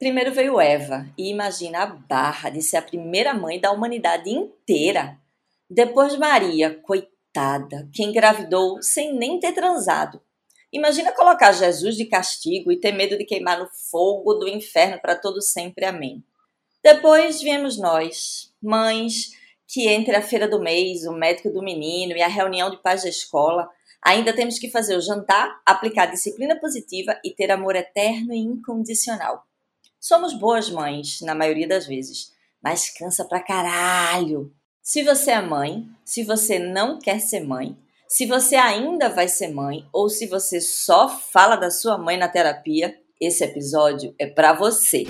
Primeiro veio Eva, e imagina a barra de ser a primeira mãe da humanidade inteira. Depois Maria, coitada, que engravidou sem nem ter transado. Imagina colocar Jesus de castigo e ter medo de queimar no fogo do inferno para todo sempre. Amém. Depois viemos nós, mães, que entre a feira do mês, o médico do menino e a reunião de pais da escola, ainda temos que fazer o jantar, aplicar disciplina positiva e ter amor eterno e incondicional. Somos boas mães, na maioria das vezes, mas cansa pra caralho. Se você é mãe, se você não quer ser mãe, se você ainda vai ser mãe ou se você só fala da sua mãe na terapia, esse episódio é pra você.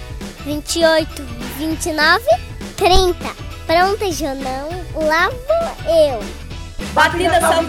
28, 29, 30. Pronta, Jonão? Lá vou eu. Batida salve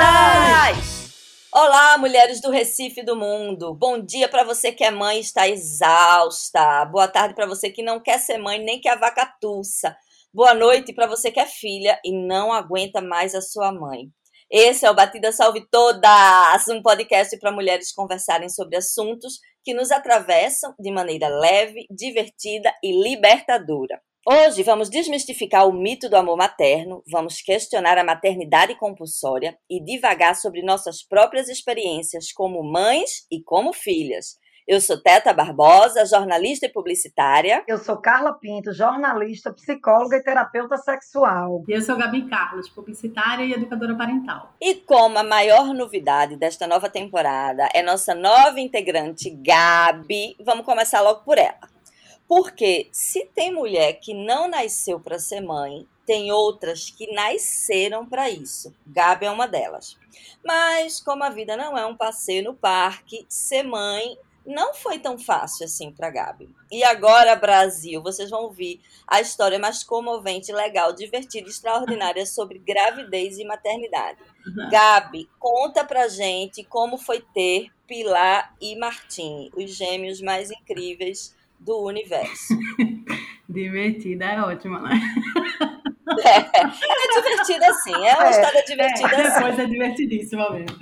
todas! Olá, mulheres do Recife e do mundo. Bom dia para você que é mãe e está exausta. Boa tarde para você que não quer ser mãe nem que a vaca tussa. Boa noite para você que é filha e não aguenta mais a sua mãe. Esse é o Batida Salve Todas, um podcast para mulheres conversarem sobre assuntos que nos atravessam de maneira leve, divertida e libertadora. Hoje vamos desmistificar o mito do amor materno, vamos questionar a maternidade compulsória e divagar sobre nossas próprias experiências como mães e como filhas. Eu sou Teta Barbosa, jornalista e publicitária. Eu sou Carla Pinto, jornalista, psicóloga e terapeuta sexual. E eu sou Gabi Carlos, publicitária e educadora parental. E como a maior novidade desta nova temporada é nossa nova integrante, Gabi, vamos começar logo por ela. Porque se tem mulher que não nasceu para ser mãe, tem outras que nasceram para isso. Gabi é uma delas. Mas como a vida não é um passeio no parque, ser mãe não foi tão fácil assim para Gabi. E agora, Brasil, vocês vão ouvir a história mais comovente, legal, divertida e extraordinária sobre gravidez e maternidade. Gabi, conta pra gente como foi ter Pilar e Martim, os gêmeos mais incríveis do universo. Divertida é ótima, né? É divertida assim, é uma história divertida assim. Depois é divertidíssima mesmo.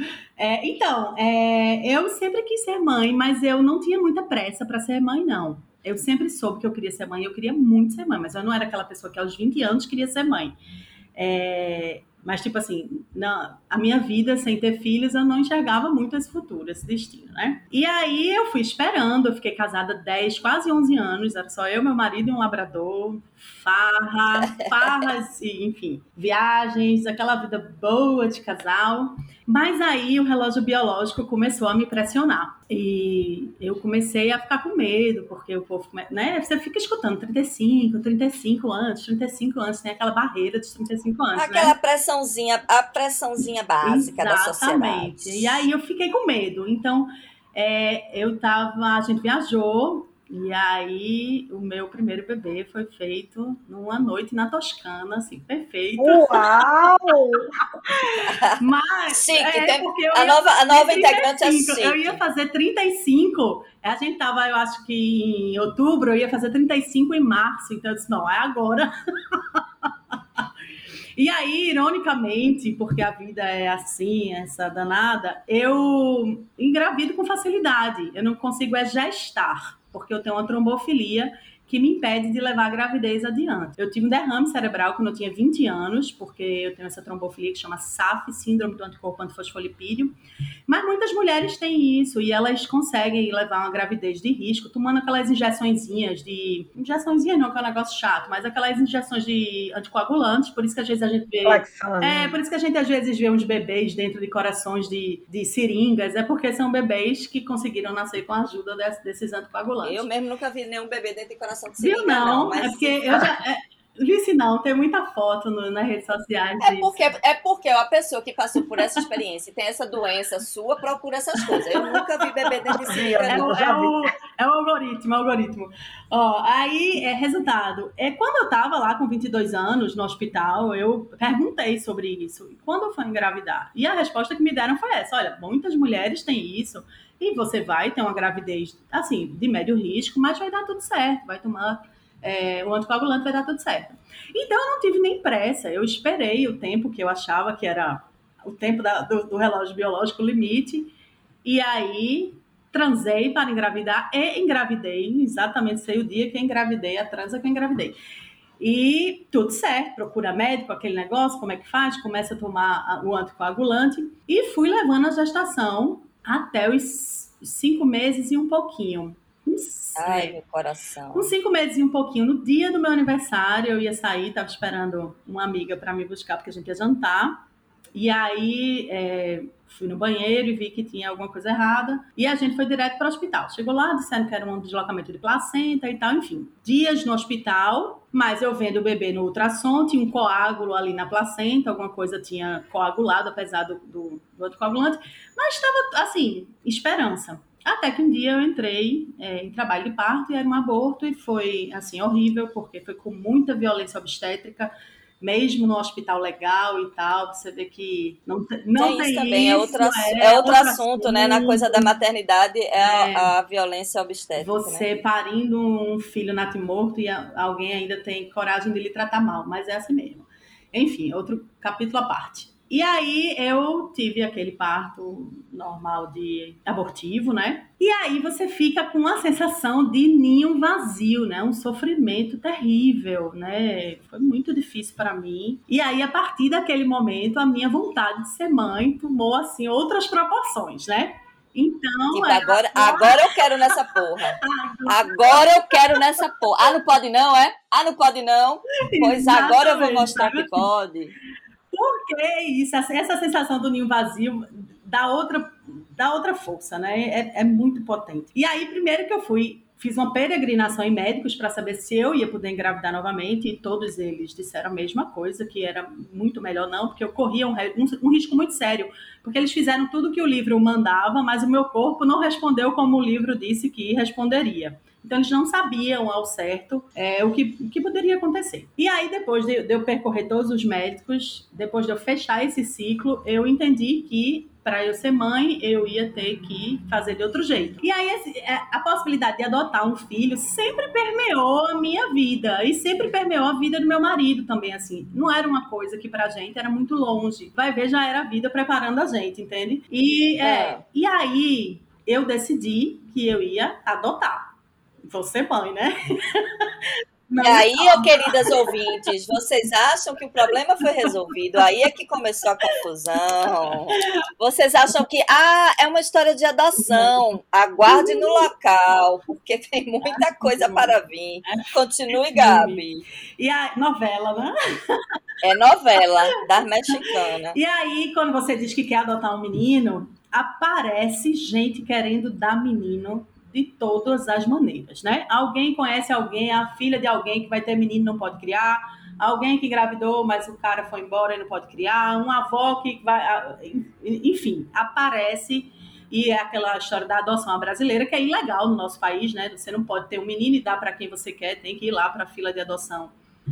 Eu sempre quis ser mãe, mas eu não tinha muita pressa para ser mãe, não. Eu sempre soube que eu queria ser mãe, eu queria muito ser mãe, mas eu não era aquela pessoa que aos 20 anos queria ser mãe. Mas, tipo assim, a minha vida sem ter filhos, eu não enxergava muito esse futuro, esse destino, né? E aí eu fui esperando, eu fiquei casada 10, quase 11 anos, era só eu, meu marido e um labrador, farras, enfim, viagens, aquela vida boa de casal. Mas aí o relógio biológico começou a me pressionar. E eu comecei a ficar com medo, porque o povo, né? Você fica escutando 35 anos, tem aquela barreira dos 35 anos, aquela né? a pressãozinha básica da sociedade. Exatamente. E aí eu fiquei com medo. Então, a gente viajou, e aí o meu primeiro bebê foi feito numa noite na Toscana, assim, perfeito. Uau! Mas chique, porque a nova integrante é chique. Eu ia fazer 35, a gente tava, eu acho que em outubro, eu ia fazer 35 em março, então eu disse, não, é agora. E aí, ironicamente, porque a vida é assim, essa danada, eu engravido com facilidade. Eu não consigo gestar, porque eu tenho uma trombofilia que me impede de levar a gravidez adiante. Eu tive um derrame cerebral quando eu tinha 20 anos, porque eu tenho essa trombofilia que chama SAF, Síndrome do Anticorpo Antifosfolipídio. Mas muitas mulheres têm isso e elas conseguem levar uma gravidez de risco tomando aquelas injeçõezinhas não, que é um negócio chato, mas aquelas injeções de anticoagulantes, por isso que às vezes a gente vê... por isso que a gente às vezes vê uns bebês dentro de corações de seringas, é porque são bebês que conseguiram nascer com a ajuda desses anticoagulantes. Eu mesmo nunca vi nenhum bebê dentro de coração de seringa, não, mas... é porque eu já... Vice não, tem muita foto nas redes sociais disso. É porque a pessoa que passou por essa experiência e tem essa doença sua procura essas coisas. Eu nunca vi bebê dentro de seringa. É o algoritmo. Aí, resultado. Quando eu tava lá com 22 anos no hospital, eu perguntei sobre isso. Quando eu fui engravidar? E a resposta que me deram foi essa. Olha, muitas mulheres têm isso e você vai ter uma gravidez, assim, de médio risco, mas vai dar tudo certo. Vai tomar... o anticoagulante, vai dar tudo certo. Então eu não tive nem pressa, eu esperei o tempo que eu achava que era o tempo do relógio biológico limite, e aí transei para engravidar e engravidei, exatamente sei o dia que eu engravidei, a transa que eu engravidei. E tudo certo, procura médico, aquele negócio, como é que faz? Começa a tomar o anticoagulante e fui levando a gestação até os 5 meses e um pouquinho. Ai, meu coração. Com 5 meses e um pouquinho, no dia do meu aniversário, eu ia sair, estava esperando uma amiga para me buscar, porque a gente ia jantar. E aí fui no banheiro e vi que tinha alguma coisa errada. E a gente foi direto para o hospital. Chegou lá, disseram que era um deslocamento de placenta e tal, enfim. Dias no hospital, mas eu vendo o bebê no ultrassom, tinha um coágulo ali na placenta, alguma coisa tinha coagulado, apesar do anticoagulante. Mas estava, assim, esperança. Até que um dia eu entrei em trabalho de parto e era um aborto e foi, assim, horrível, porque foi com muita violência obstétrica, mesmo no hospital legal e tal, você vê que não tem isso também, isso, é outro assunto, né? Na coisa da maternidade a violência obstétrica. Você, né? Parindo um filho natimorto e alguém ainda tem coragem de lhe tratar mal, mas é assim mesmo. Enfim, outro capítulo à parte. E aí eu tive aquele parto normal de abortivo, né? E aí você fica com uma sensação de ninho vazio, né? Um sofrimento terrível, né? Foi muito difícil para mim. E aí, a partir daquele momento, a minha vontade de ser mãe tomou, assim, outras proporções, né? Então, tipo, agora eu quero nessa porra. Agora eu quero nessa porra. Ah, não pode não, é? Ah, não pode não? Pois exatamente, agora eu vou mostrar que pode. Porque isso, essa sensação do ninho vazio dá outra força, né? É muito potente. E aí, primeiro que eu fiz uma peregrinação em médicos para saber se eu ia poder engravidar novamente, e todos eles disseram a mesma coisa, que era muito melhor não, porque eu corria um risco muito sério, porque eles fizeram tudo que o livro mandava, mas o meu corpo não respondeu como o livro disse que responderia. Então, eles não sabiam ao certo o que poderia acontecer. E aí, depois de eu percorrer todos os médicos, depois de eu fechar esse ciclo, eu entendi que, para eu ser mãe, eu ia ter que fazer de outro jeito. E aí, a possibilidade de adotar um filho sempre permeou a minha vida. E sempre permeou a vida do meu marido também, assim. Não era uma coisa que pra gente era muito longe. Vai ver, já era a vida preparando a gente, entende? E aí, eu decidi que eu ia adotar. Vou ser mãe, né? E aí, queridas ouvintes, vocês acham que o problema foi resolvido? Aí é que começou a confusão. Vocês acham que, é uma história de adoção. Aguarde no local, porque tem muita coisa para vir. Continue, Gabi. E a novela, né? É novela das mexicanas. E aí, quando você diz que quer adotar um menino, aparece gente querendo dar menino de todas as maneiras, né? Alguém conhece alguém, a filha de alguém que vai ter menino e não pode criar, alguém que engravidou, mas o cara foi embora e não pode criar, uma avó que vai... Enfim, aparece, e é aquela história da adoção brasileira, que é ilegal no nosso país, né? Você não pode ter um menino e dar para quem você quer, tem que ir lá para a fila de adoção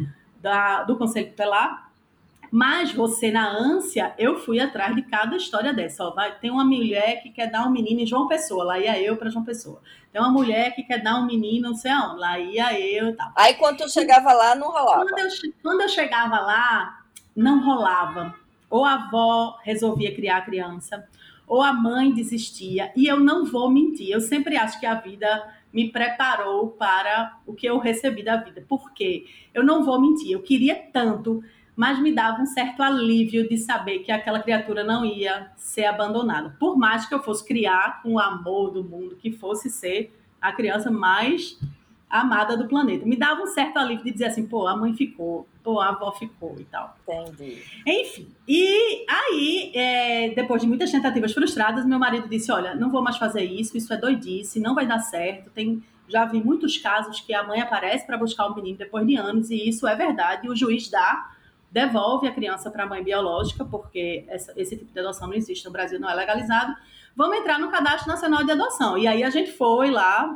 do Conselho Tutelar. Mas você, na ânsia, eu fui atrás de cada história dessa. Tem uma mulher que quer dar um menino em João Pessoa, lá ia eu para João Pessoa. Tem uma mulher que quer dar um menino não sei aonde, lá ia eu e tal. Aí quando tu chegava lá, não rolava? Quando eu chegava lá, não rolava. Ou a avó resolvia criar a criança, ou a mãe desistia. E eu não vou mentir, eu sempre acho que a vida me preparou para o que eu recebi da vida. Por quê? Eu não vou mentir, eu queria tanto, mas me dava um certo alívio de saber que aquela criatura não ia ser abandonada. Por mais que eu fosse criar com o amor do mundo, que fosse ser a criança mais amada do planeta. Me dava um certo alívio de dizer assim, pô, a mãe ficou, pô, a avó ficou e tal. Entendi. Enfim, e aí, depois de muitas tentativas frustradas, meu marido disse, olha, não vou mais fazer isso é doidice, não vai dar certo, já vi muitos casos que a mãe aparece para buscar o menino depois de anos, e isso é verdade, e o juiz devolve a criança para a mãe biológica, porque esse tipo de adoção não existe no Brasil, não é legalizado. Vamos entrar no Cadastro Nacional de Adoção. E aí a gente foi lá,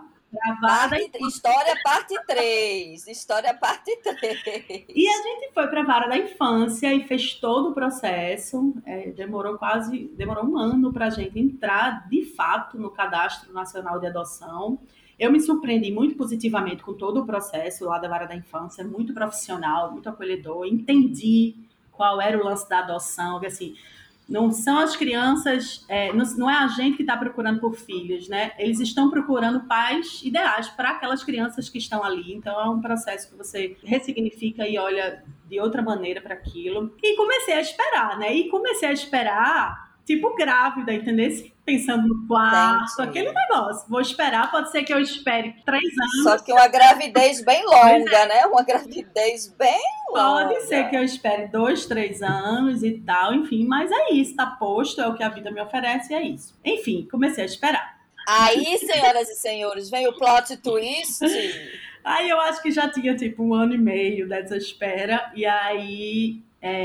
História parte 3. História parte 3. E a gente foi para a Vara da Infância e fez todo o processo. Demorou um ano para a gente entrar, de fato, no Cadastro Nacional de Adoção. Eu me surpreendi muito positivamente com todo o processo lá da Vara da Infância, muito profissional, muito acolhedor. Entendi qual era o lance da adoção, assim, Não são as crianças, não é a gente que está procurando por filhos, né? Eles estão procurando pais ideais para aquelas crianças que estão ali. Então, é um processo que você ressignifica e olha de outra maneira para aquilo. E comecei a esperar, né? E comecei a esperar, tipo, grávida, entendeu? Pensando no quarto, aquele negócio. Vou esperar, pode ser que eu espere 3 anos. Só que uma gravidez bem longa, né? Uma gravidez bem longa. Pode ser que eu espere 2, 3 anos e tal, enfim, mas é isso, tá posto, é o que a vida me oferece, é isso. Enfim, comecei a esperar. Aí, senhoras e senhores, vem o plot twist. Aí eu acho que já tinha, tipo, 1 ano e meio dessa espera, e aí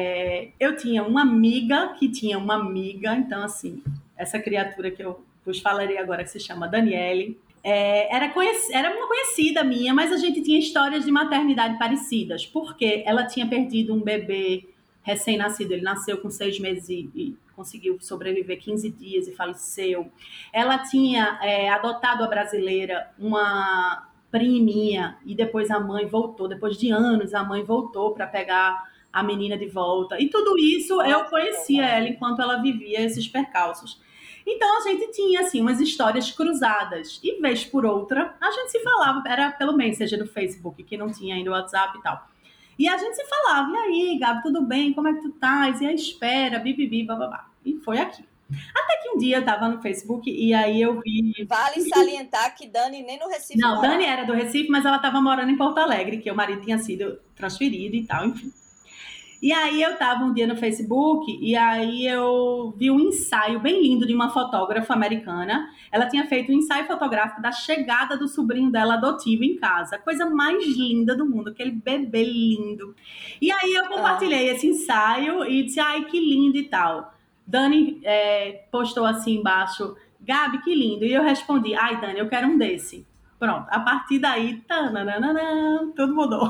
eu tinha uma amiga que tinha uma amiga, então, assim, essa criatura que eu vos falarei agora, que se chama Daniele, era uma conhecida minha, mas a gente tinha histórias de maternidade parecidas, porque ela tinha perdido um bebê recém-nascido, ele nasceu com 6 meses e conseguiu sobreviver 15 dias e faleceu. Ela tinha adotado a brasileira, uma priminha, e depois a mãe voltou, depois de anos a mãe voltou para pegar a menina de volta, e tudo isso eu conhecia ela enquanto ela vivia esses percalços. Então, a gente tinha, assim, umas histórias cruzadas. E, vez por outra, a gente se falava, era pelo Messenger do Facebook, que não tinha ainda o WhatsApp e tal. E a gente se falava, e aí, Gabi, tudo bem? Como é que tu estás? E a espera, bibibi, bababá. E foi aqui. Até que um dia eu tava no Facebook e aí eu vi... Vale salientar que Dani nem no Recife Não, morava. Dani era do Recife, mas ela tava morando em Porto Alegre, que o marido tinha sido transferido e tal, enfim. E aí eu tava um dia no Facebook e aí eu vi um ensaio bem lindo de uma fotógrafa americana. Ela tinha feito um ensaio fotográfico da chegada do sobrinho dela adotivo em casa. A coisa mais linda do mundo, aquele bebê lindo. E aí eu compartilhei esse ensaio e disse, ai, que lindo e tal. Dani postou assim embaixo, Gabi, que lindo. E eu respondi, ai, Dani, eu quero um desse. Pronto, a partir daí, tudo mudou.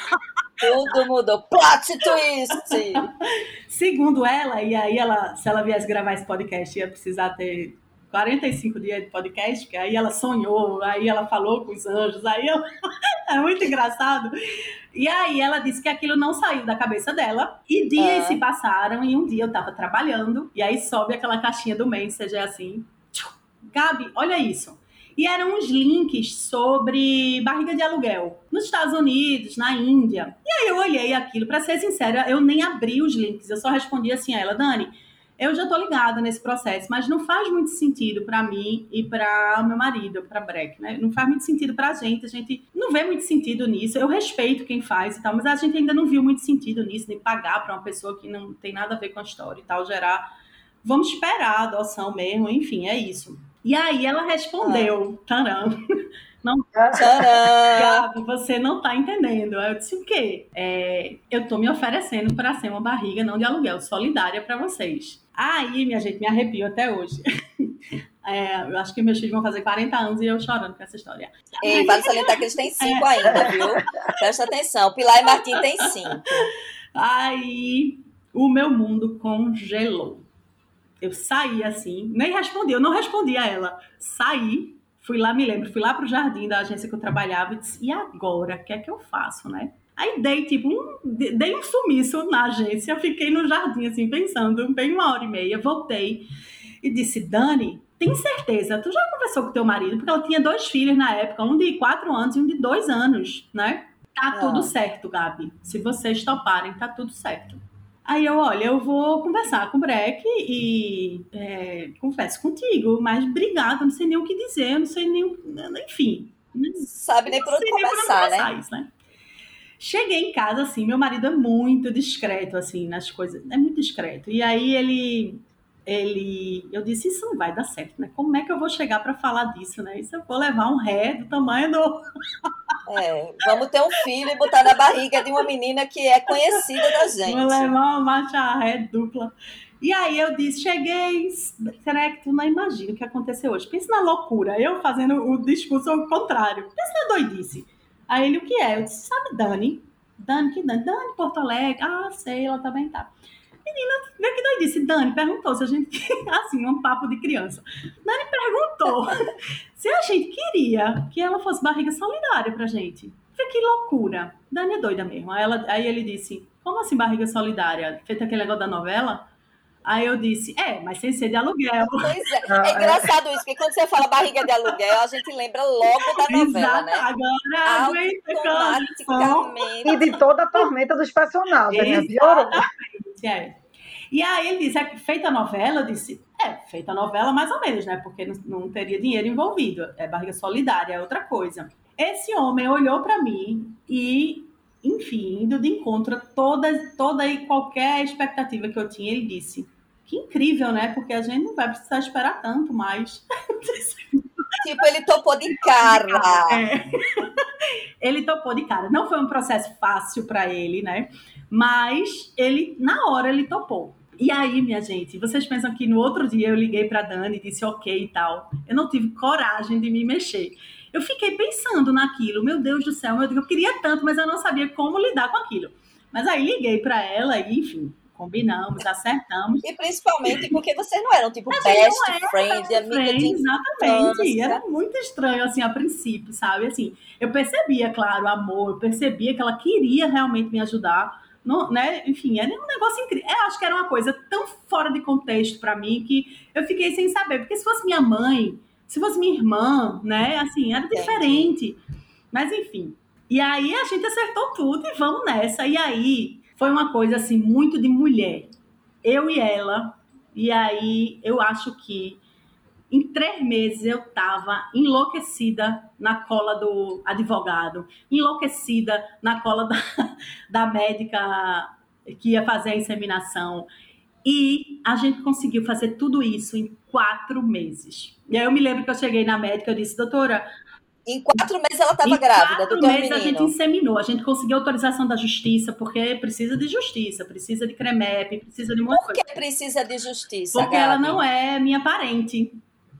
Tudo mudou. Plot twist! Segundo ela, e aí se ela viesse gravar esse podcast, ia precisar ter 45 dias de podcast, porque aí ela sonhou, aí ela falou com os anjos, aí é muito engraçado. E aí ela disse que aquilo não saiu da cabeça dela, e dias se passaram, e um dia eu tava trabalhando, e aí sobe aquela caixinha do Messenger assim, Gabi, olha isso. E eram uns links sobre barriga de aluguel nos Estados Unidos, na Índia. E aí eu olhei aquilo, para ser sincera, eu nem abri os links, eu só respondi assim a ela, Dani, eu já tô ligada nesse processo, mas não faz muito sentido para mim e para meu marido, para Breck, né? Não faz muito sentido pra gente, a gente não vê muito sentido nisso. Eu respeito quem faz e tal, mas a gente ainda não viu muito sentido nisso, nem pagar para uma pessoa que não tem nada a ver com a história e tal, gerar. Vamos esperar a adoção mesmo, enfim, é isso. E aí ela respondeu, taram, não, Gabi, você não tá entendendo. Aí eu disse, o quê? Eu tô me oferecendo para ser uma barriga não de aluguel, solidária para vocês. Aí, minha gente, me arrepio até hoje. Eu acho que meus filhos vão fazer 40 anos e eu chorando com essa história. Ei, vale salientar que eles têm 5 ainda, viu? Presta atenção, Pilar e Martim têm 5. Aí, o meu mundo congelou. Eu saí assim, nem respondi, eu não respondi a ela. Saí, fui lá pro jardim da agência que eu trabalhava e disse, e agora, o que é que eu faço, né? Aí dei um sumiço na agência, fiquei no jardim assim, pensando, bem 1h30, voltei e disse, Dani, tem certeza, tu já conversou com teu marido? Porque ela tinha 2 filhos na época, um de 4 anos e um de 2 anos, né? Tá tudo certo, Gabi, se vocês toparem, tá tudo certo. Aí eu vou conversar com o Breck e converso contigo, mas obrigada, não sei nem o que dizer, não sei nem, enfim. Sabe nem por onde começar, né? Isso, né? Cheguei em casa, assim, meu marido é muito discreto, assim, nas coisas, é muito discreto. E aí eu disse, isso não vai dar certo, né? Como é que eu vou chegar para falar disso, né? Isso eu vou levar um ré do tamanho do... Vamos ter um filho e botar na barriga de uma menina que é conhecida da gente. Vou levar uma marcha ré dupla. E aí eu disse, cheguei, será que tu não imagina o que aconteceu hoje? Pensa na loucura, eu fazendo o discurso ao contrário. Pensa na doidice. Aí ele, o que é? Eu disse, sabe Dani? Dani, que Dani? Dani, Porto Alegre. Ah, sei, ela também tá. Menina, vê que doidice. Dani perguntou se a gente... Assim, um papo de criança. Dani perguntou se a gente queria que ela fosse barriga solidária pra gente. Vê que loucura. Dani é doida mesmo. Aí ele disse, como assim barriga solidária? Feito aquele negócio da novela? Aí eu disse, mas sem ser de aluguel. Pois é engraçado isso, porque quando você fala barriga de aluguel, a gente lembra logo da novela, Exato, né? agora aguenta Automaticamente. E de toda a tormenta dos personagens, né? Piorou. Exatamente, E aí ele disse, feita a novela, eu disse, feita a novela mais ou menos, né? Porque não teria dinheiro envolvido. É barriga solidária, é outra coisa. Esse homem olhou para mim e, enfim, indo de encontro a toda e qualquer expectativa que eu tinha, ele disse, que incrível, né? Porque a gente não vai precisar esperar tanto mais. Tipo, ele topou de cara. Ele topou de cara. Não foi um processo fácil para ele, né? Mas na hora ele topou. E aí, minha gente, vocês pensam que no outro dia eu liguei para Dani e disse ok e tal. Eu não tive coragem de me mexer. Eu fiquei pensando naquilo. Meu Deus do céu, eu queria tanto, mas eu não sabia como lidar com aquilo. Mas aí liguei para ela e, enfim, combinamos, acertamos. E principalmente porque vocês não eram, tipo, best friend, amiga de exatamente. Era muito estranho, assim, a princípio, sabe? Assim, eu percebia, claro, o amor, eu percebia que ela queria realmente me ajudar, né? Enfim, era um negócio incrível. Eu acho que era uma coisa tão fora de contexto para mim que eu fiquei sem saber. Porque se fosse minha mãe, se fosse minha irmã, né? Assim, era diferente. Mas, enfim. E aí a gente acertou tudo e vamos nessa. E aí foi uma coisa, assim, muito de mulher. Eu e ela. E aí eu acho que em 3 meses eu estava enlouquecida na cola do advogado, enlouquecida na cola da médica que ia fazer a inseminação. E a gente conseguiu fazer tudo isso em 4 meses. E aí eu me lembro que eu cheguei na médica e disse, doutora... Em 4 meses ela estava grávida do teu menino. Em 4 meses a gente inseminou, a gente conseguiu autorização da justiça, porque precisa de justiça, precisa de CREMEP, precisa de muita coisa. Por que precisa de justiça, Porque Gabi? ela não é minha parente.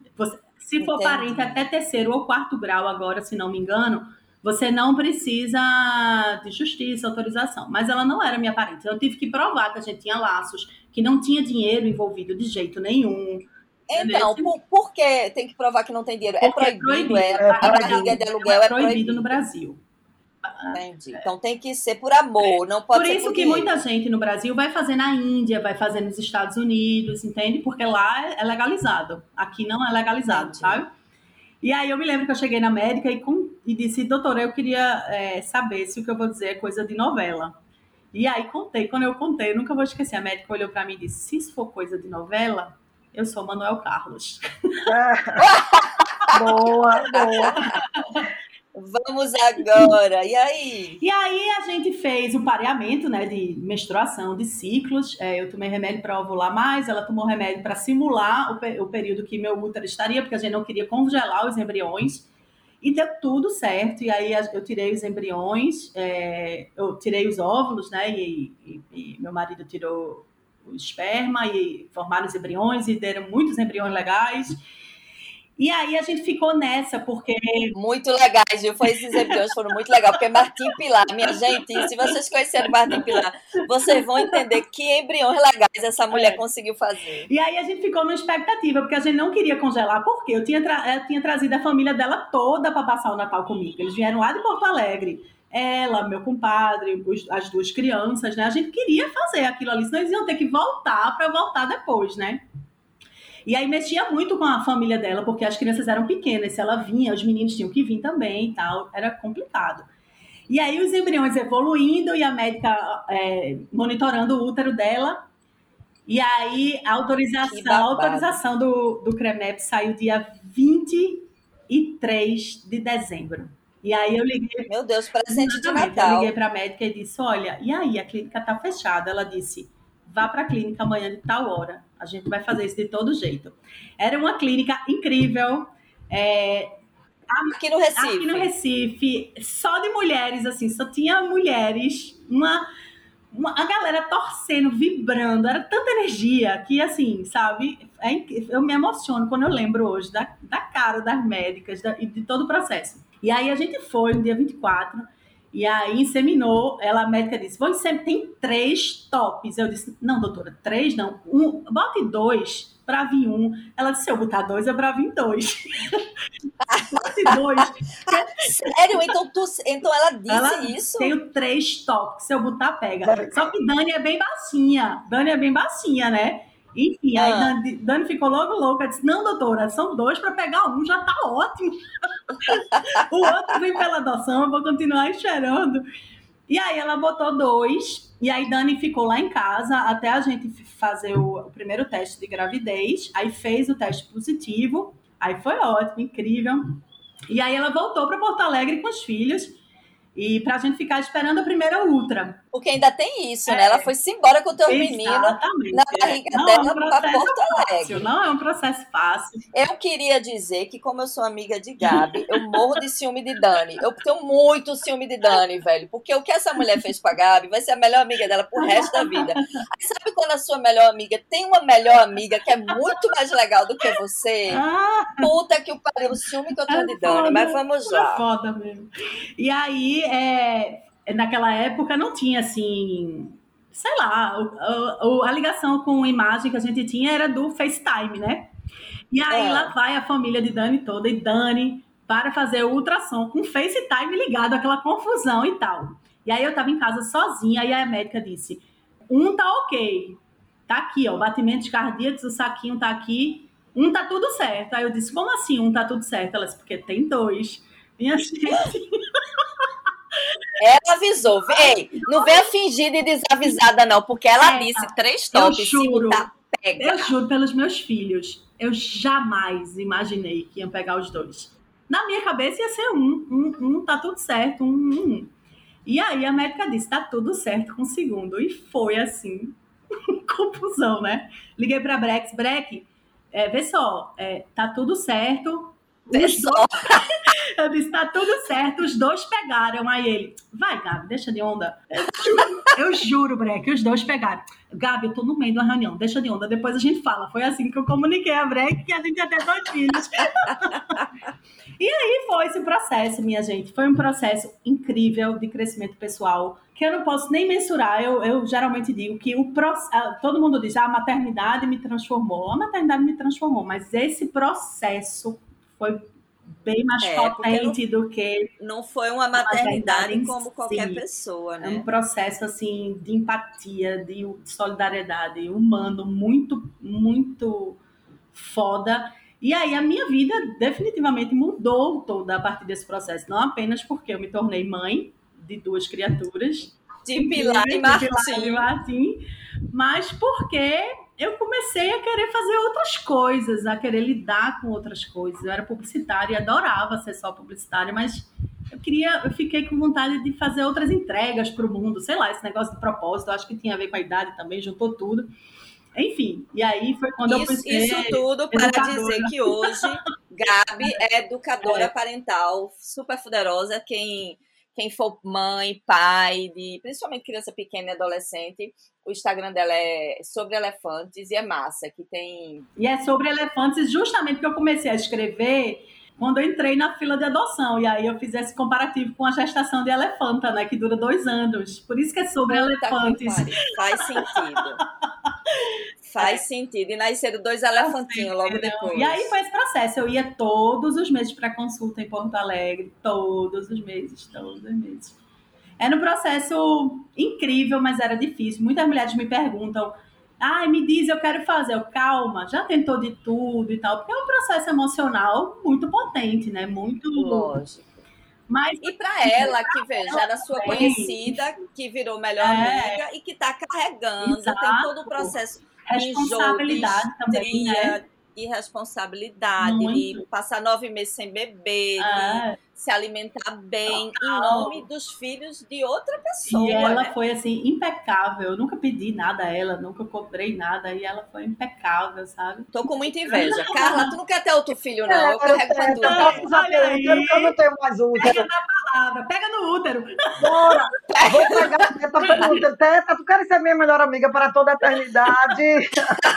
Se for parente até 3º ou 4º grau agora, se não me engano, você não precisa de justiça, autorização. Mas ela não era minha parente. Eu tive que provar que a gente tinha laços, que não tinha dinheiro envolvido de jeito nenhum. Então, por que tem que provar que não tem dinheiro? Porque é proibido. A barriga de aluguel é proibido no Brasil. Entendi. Então tem que ser por amor, não pode ser por isso que dinheiro. Muita gente no Brasil vai fazer na Índia, vai fazer nos Estados Unidos, entende? Porque lá é legalizado. Aqui não é legalizado, sabe? E aí eu me lembro que eu cheguei na médica e disse, doutora, eu queria saber se o que eu vou dizer é coisa de novela. E aí quando eu contei, eu nunca vou esquecer, a médica olhou pra mim e disse, se isso for coisa de novela, eu sou Manuel Carlos. Boa. Vamos agora, e aí? E aí a gente fez o pareamento, né, de menstruação, de ciclos. Eu tomei remédio para ovular mais, ela tomou remédio para simular o período que meu útero estaria, porque a gente não queria congelar os embriões. E deu tudo certo, e aí eu tirei os embriões, eu tirei os óvulos, né, e meu marido tirou o esperma, e formaram os embriões, e deram muitos embriões legais. E aí a gente ficou nessa, porque... Muito legais, viu? Esses embriões foram muito legais, porque Martim Pilar, minha gente, se vocês conhecerem Martim Pilar, vocês vão entender que embriões legais essa mulher conseguiu fazer. E aí a gente ficou numa expectativa, porque a gente não queria congelar, porque eu tinha trazido a família dela toda para passar o Natal comigo. Eles vieram lá de Porto Alegre. Ela, meu compadre, as 2 crianças, né? A gente queria fazer aquilo ali, senão eles iam ter que voltar para voltar depois, né? E aí mexia muito com a família dela, porque as crianças eram pequenas, se ela vinha, os meninos tinham que vir também e tal, era complicado. E aí os embriões evoluindo e a médica monitorando o útero dela, e aí a autorização do CREMEP saiu dia 23 de dezembro. E aí eu liguei... Meu Deus, presente de Natal. Eu liguei para a médica e disse, olha, e aí a clínica está fechada? Ela disse... vá para a clínica amanhã de tal hora. A gente vai fazer isso de todo jeito. Era uma clínica incrível. Aqui no Recife. Aqui no Recife, só de mulheres, assim, só tinha mulheres, a galera torcendo, vibrando, era tanta energia que, assim, sabe, eu me emociono quando eu lembro hoje da cara das médicas e de todo o processo. E aí a gente foi no dia 24, e aí inseminou, a médica disse, tem 3 tops. Eu disse, não, doutora, 3 não, bote 2 para vir 1. Ela disse, se eu botar 2 é para vir 2. Bote 2. Sério? Então ela disse isso? Tenho 3 tops, se eu botar, pega. Só que Dani é bem baixinha, né? Enfim, aí Dani ficou logo louca, disse, não, doutora, são 2 para pegar um, já tá ótimo. O outro vem pela adoção, eu vou continuar esperando. E aí ela botou 2, e aí Dani ficou lá em casa até a gente fazer o primeiro teste de gravidez, aí fez o teste positivo, aí foi ótimo, incrível. E aí ela voltou para Porto Alegre com os filhos, e pra gente ficar esperando a primeira ultra. Porque ainda tem isso, né? Ela foi-se embora com o teu menino na barriga dela para Porto Alegre. Não é um processo fácil. Eu queria dizer que, como eu sou amiga de Gabi, eu morro de ciúme de Dani. Eu tenho muito ciúme de Dani, velho. Porque o que essa mulher fez pra Gabi vai ser a melhor amiga dela pro resto da vida. Aí, sabe quando a sua melhor amiga tem uma melhor amiga que é muito mais legal do que você? Puta que o pariu, o ciúme que eu tenho de Dani. Foda, mas vamos lá. É foda mesmo. E aí, naquela época não tinha assim, sei lá, a ligação com a imagem que a gente tinha era do FaceTime, né? E aí lá vai a família de Dani toda, e Dani para fazer o ultrassom com o FaceTime ligado, aquela confusão e tal. E aí eu tava em casa sozinha, e aí a médica disse, tá ok, tá aqui, ó, batimentos cardíacos, o saquinho tá aqui, tá tudo certo. Aí eu disse, como assim tá tudo certo? Ela disse, porque tem 2. Minha gente... Ela avisou. Ei, não venha fingir de desavisada, não, porque ela disse 3 toques. Eu juro pelos meus filhos, eu jamais imaginei que iam pegar os 2. Na minha cabeça ia ser tá tudo certo, E aí a médica disse, tá tudo certo com o segundo. E foi assim, confusão, né? Liguei pra Brex, vê só, tá tudo certo. Eu disse, tá tudo certo, os 2 pegaram. Aí ele, vai, Gabi, deixa de onda. Eu juro, Breck, os 2 pegaram. Gabi, eu tô no meio de uma reunião, deixa de onda, depois a gente fala. Foi assim que eu comuniquei a Breck que a gente ia ter 2 filhos. E aí foi esse processo, minha gente. Foi um processo incrível de crescimento pessoal, que eu não posso nem mensurar. Eu geralmente digo que todo mundo diz, a maternidade me transformou. A maternidade me transformou, mas esse processo foi bem mais potente do que... Não foi uma maternidade como qualquer pessoa, né? É um processo, assim, de empatia, de solidariedade humano, muito, muito foda. E aí a minha vida definitivamente mudou toda a partir desse processo. Não apenas porque eu me tornei mãe de 2 criaturas. De Pilar e Martim. Mas porque eu comecei a querer fazer outras coisas, a querer lidar com outras coisas. Eu era publicitária, adorava ser só publicitária, mas eu fiquei com vontade de fazer outras entregas para o mundo, sei lá, esse negócio de propósito, acho que tinha a ver com a idade também, juntou tudo. Enfim, e aí foi quando eu pensei... Isso tudo para dizer que hoje Gabi é educadora parental, super poderosa, quem for mãe, pai, principalmente criança pequena e adolescente, o Instagram dela é sobre elefantes e é massa, que tem... E é sobre elefantes justamente que eu comecei a escrever quando eu entrei na fila de adoção, e aí eu fiz esse comparativo com a gestação de elefanta, né, que dura 2 anos. Por isso que é sobre elefantes. Faz sentido. Faz sentido. E nasceram 2 elefantinhos logo depois. E aí foi esse processo. Eu ia todos os meses para consulta em Porto Alegre. Todos os meses. Era um processo incrível, mas era difícil. Muitas mulheres me perguntam, me diz, eu quero fazer. Calma, já tentou de tudo e tal. Porque é um processo emocional muito potente, né? Muito... Lógico. Mas, e para ela, que veja, era sua conhecida, que virou melhor amiga e que está carregando, tem todo o processo responsabilidade de também, né? E responsabilidade, de passar 9 meses sem beber, de se alimentar bem, em nome dos filhos de outra pessoa. E ela né? foi assim, impecável. Eu nunca pedi nada a ela, nunca cobrei nada, e ela foi impecável, sabe? Tô com muita inveja. Carla, tu não quer ter outro filho, não? Eu carrego pra tu. Eu não tenho mais útero. Pega na palavra, pega no útero. Bora! Vou pegar a teta pelo útero. Teta, tu queres ser minha melhor amiga para toda a eternidade?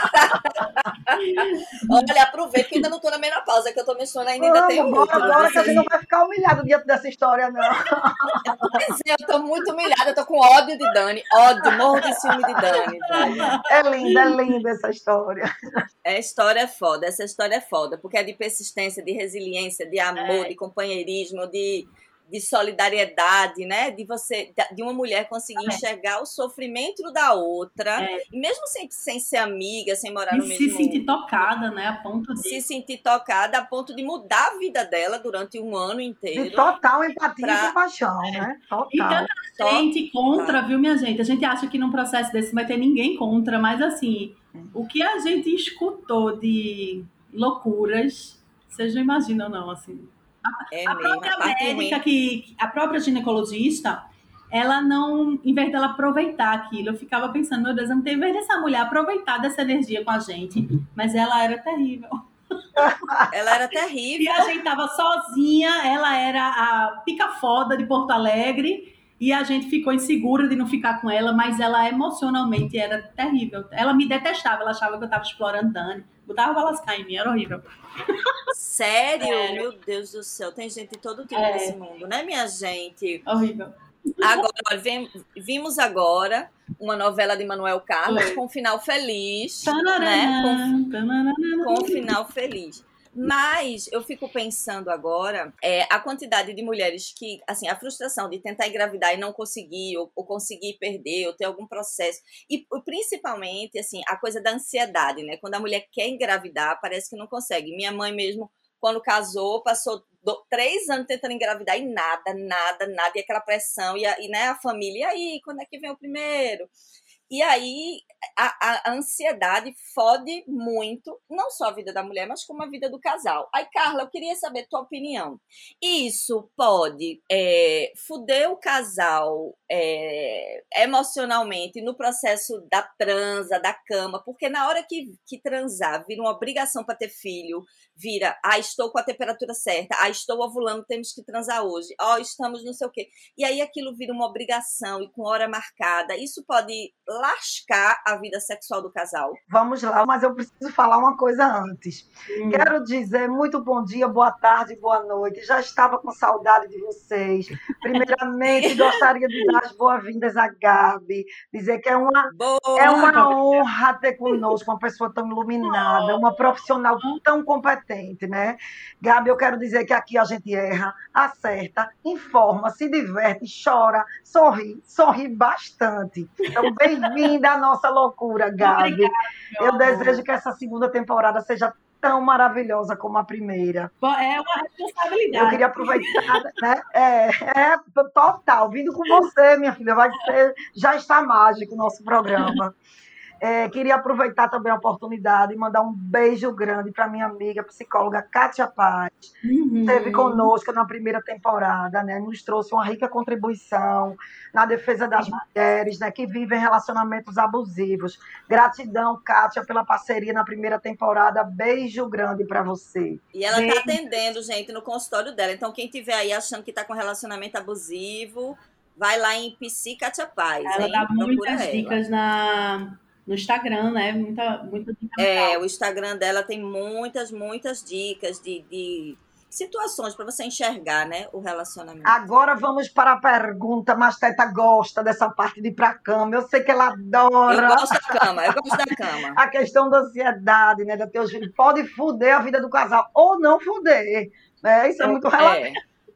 Olha, aproveita que ainda não tô na menopausa, que eu tô menstruando ainda tenho útero. Bora, que a gente não vai ficar humilhado diante dessa história, não. Pois é, eu tô muito humilhada, eu tô com ódio de Dani, morro de ciúme de Dani. Velho. É linda essa história. Essa história é foda, porque é de persistência, de resiliência, de amor, de companheirismo, de de solidariedade, né? De uma mulher conseguir enxergar o sofrimento da outra, e mesmo sem ser amiga, sem morar no mesmo... E se sentir tocada, né? Se sentir tocada a ponto de mudar a vida dela durante um ano inteiro. De total empatia e compaixão, né? Total. E tanta gente contra, viu, minha gente? A gente acha que num processo desse não vai ter ninguém contra, mas assim, o que a gente escutou de loucuras, vocês não imaginam, não, assim... A própria médica, a própria ginecologista, ela não, em vez dela aproveitar aquilo, eu ficava pensando, meu Deus, eu não tenho, em vez dessa mulher aproveitar dessa energia com a gente, mas ela era terrível. Ela era terrível. E a gente tava sozinha, ela era a pica-foda de Porto Alegre, e a gente ficou insegura de não ficar com ela, mas ela emocionalmente era terrível. Ela me detestava, ela achava que eu tava explorando Dani, botava pra lascar em mim, era horrível. Sério? Meu Deus do céu, tem gente de todo tipo nesse mundo, né, minha gente? Horrível. Agora, vimos agora uma novela de Manuel Carlos com um final feliz, né? Com um final feliz. Mas eu fico pensando agora a quantidade de mulheres que, assim, a frustração de tentar engravidar e não conseguir, ou conseguir perder, ou ter algum processo. E principalmente, assim, a coisa da ansiedade, né? Quando a mulher quer engravidar, parece que não consegue. Minha mãe mesmo, quando casou, passou 3 anos tentando engravidar e nada. E aquela pressão, e né, a família, e aí, quando é que vem o primeiro? E aí a ansiedade fode muito, não só a vida da mulher, mas como a vida do casal. Aí, Carla, eu queria saber tua opinião. Isso pode foder o casal emocionalmente no processo da transa, da cama, porque na hora que transar vira uma obrigação para ter filho, vira, estou com a temperatura certa, estou ovulando, temos que transar hoje, estamos não sei o quê. E aí aquilo vira uma obrigação e com hora marcada. Isso pode lascar a vida sexual do casal. Vamos lá, mas eu preciso falar uma coisa antes. Quero dizer muito bom dia, boa tarde, boa noite. Já estava com saudade de vocês. Primeiramente, gostaria de dar as boas-vindas a Gabi, dizer que é uma honra ter conosco uma pessoa tão iluminada, uma profissional tão competente, né? Gabi, eu quero dizer que aqui a gente erra, acerta, informa, se diverte, chora, sorri bastante. Então, bem-vinda à nossa loucura, Gabi. Obrigada, eu desejo que essa segunda temporada seja tão maravilhosa como a primeira. É uma responsabilidade. Eu queria aproveitar, né? Total, vindo com você, minha filha, já está mágico o nosso programa. Queria aproveitar também a oportunidade e mandar um beijo grande para minha amiga psicóloga Kátia Paz, que esteve conosco na primeira temporada, né? Nos trouxe uma rica contribuição na defesa das mulheres, né, que vivem relacionamentos abusivos. Gratidão, Kátia, pela parceria na primeira temporada. Beijo grande para você. E ela está atendendo, gente, no consultório dela. Então, quem estiver aí achando que está com relacionamento abusivo, vai lá em Psi Kátia Paz. Ela dá muitas dicas no Instagram, né? Muita dica legal. O Instagram dela tem muitas dicas de situações para você enxergar, né, o relacionamento. Agora vamos para a pergunta. Masteta gosta dessa parte de ir para a cama. Eu sei que ela adora. Eu gosto da cama. A questão da ansiedade, né, da teus filhos, pode foder a vida do casal ou não foder. Isso é muito relativo.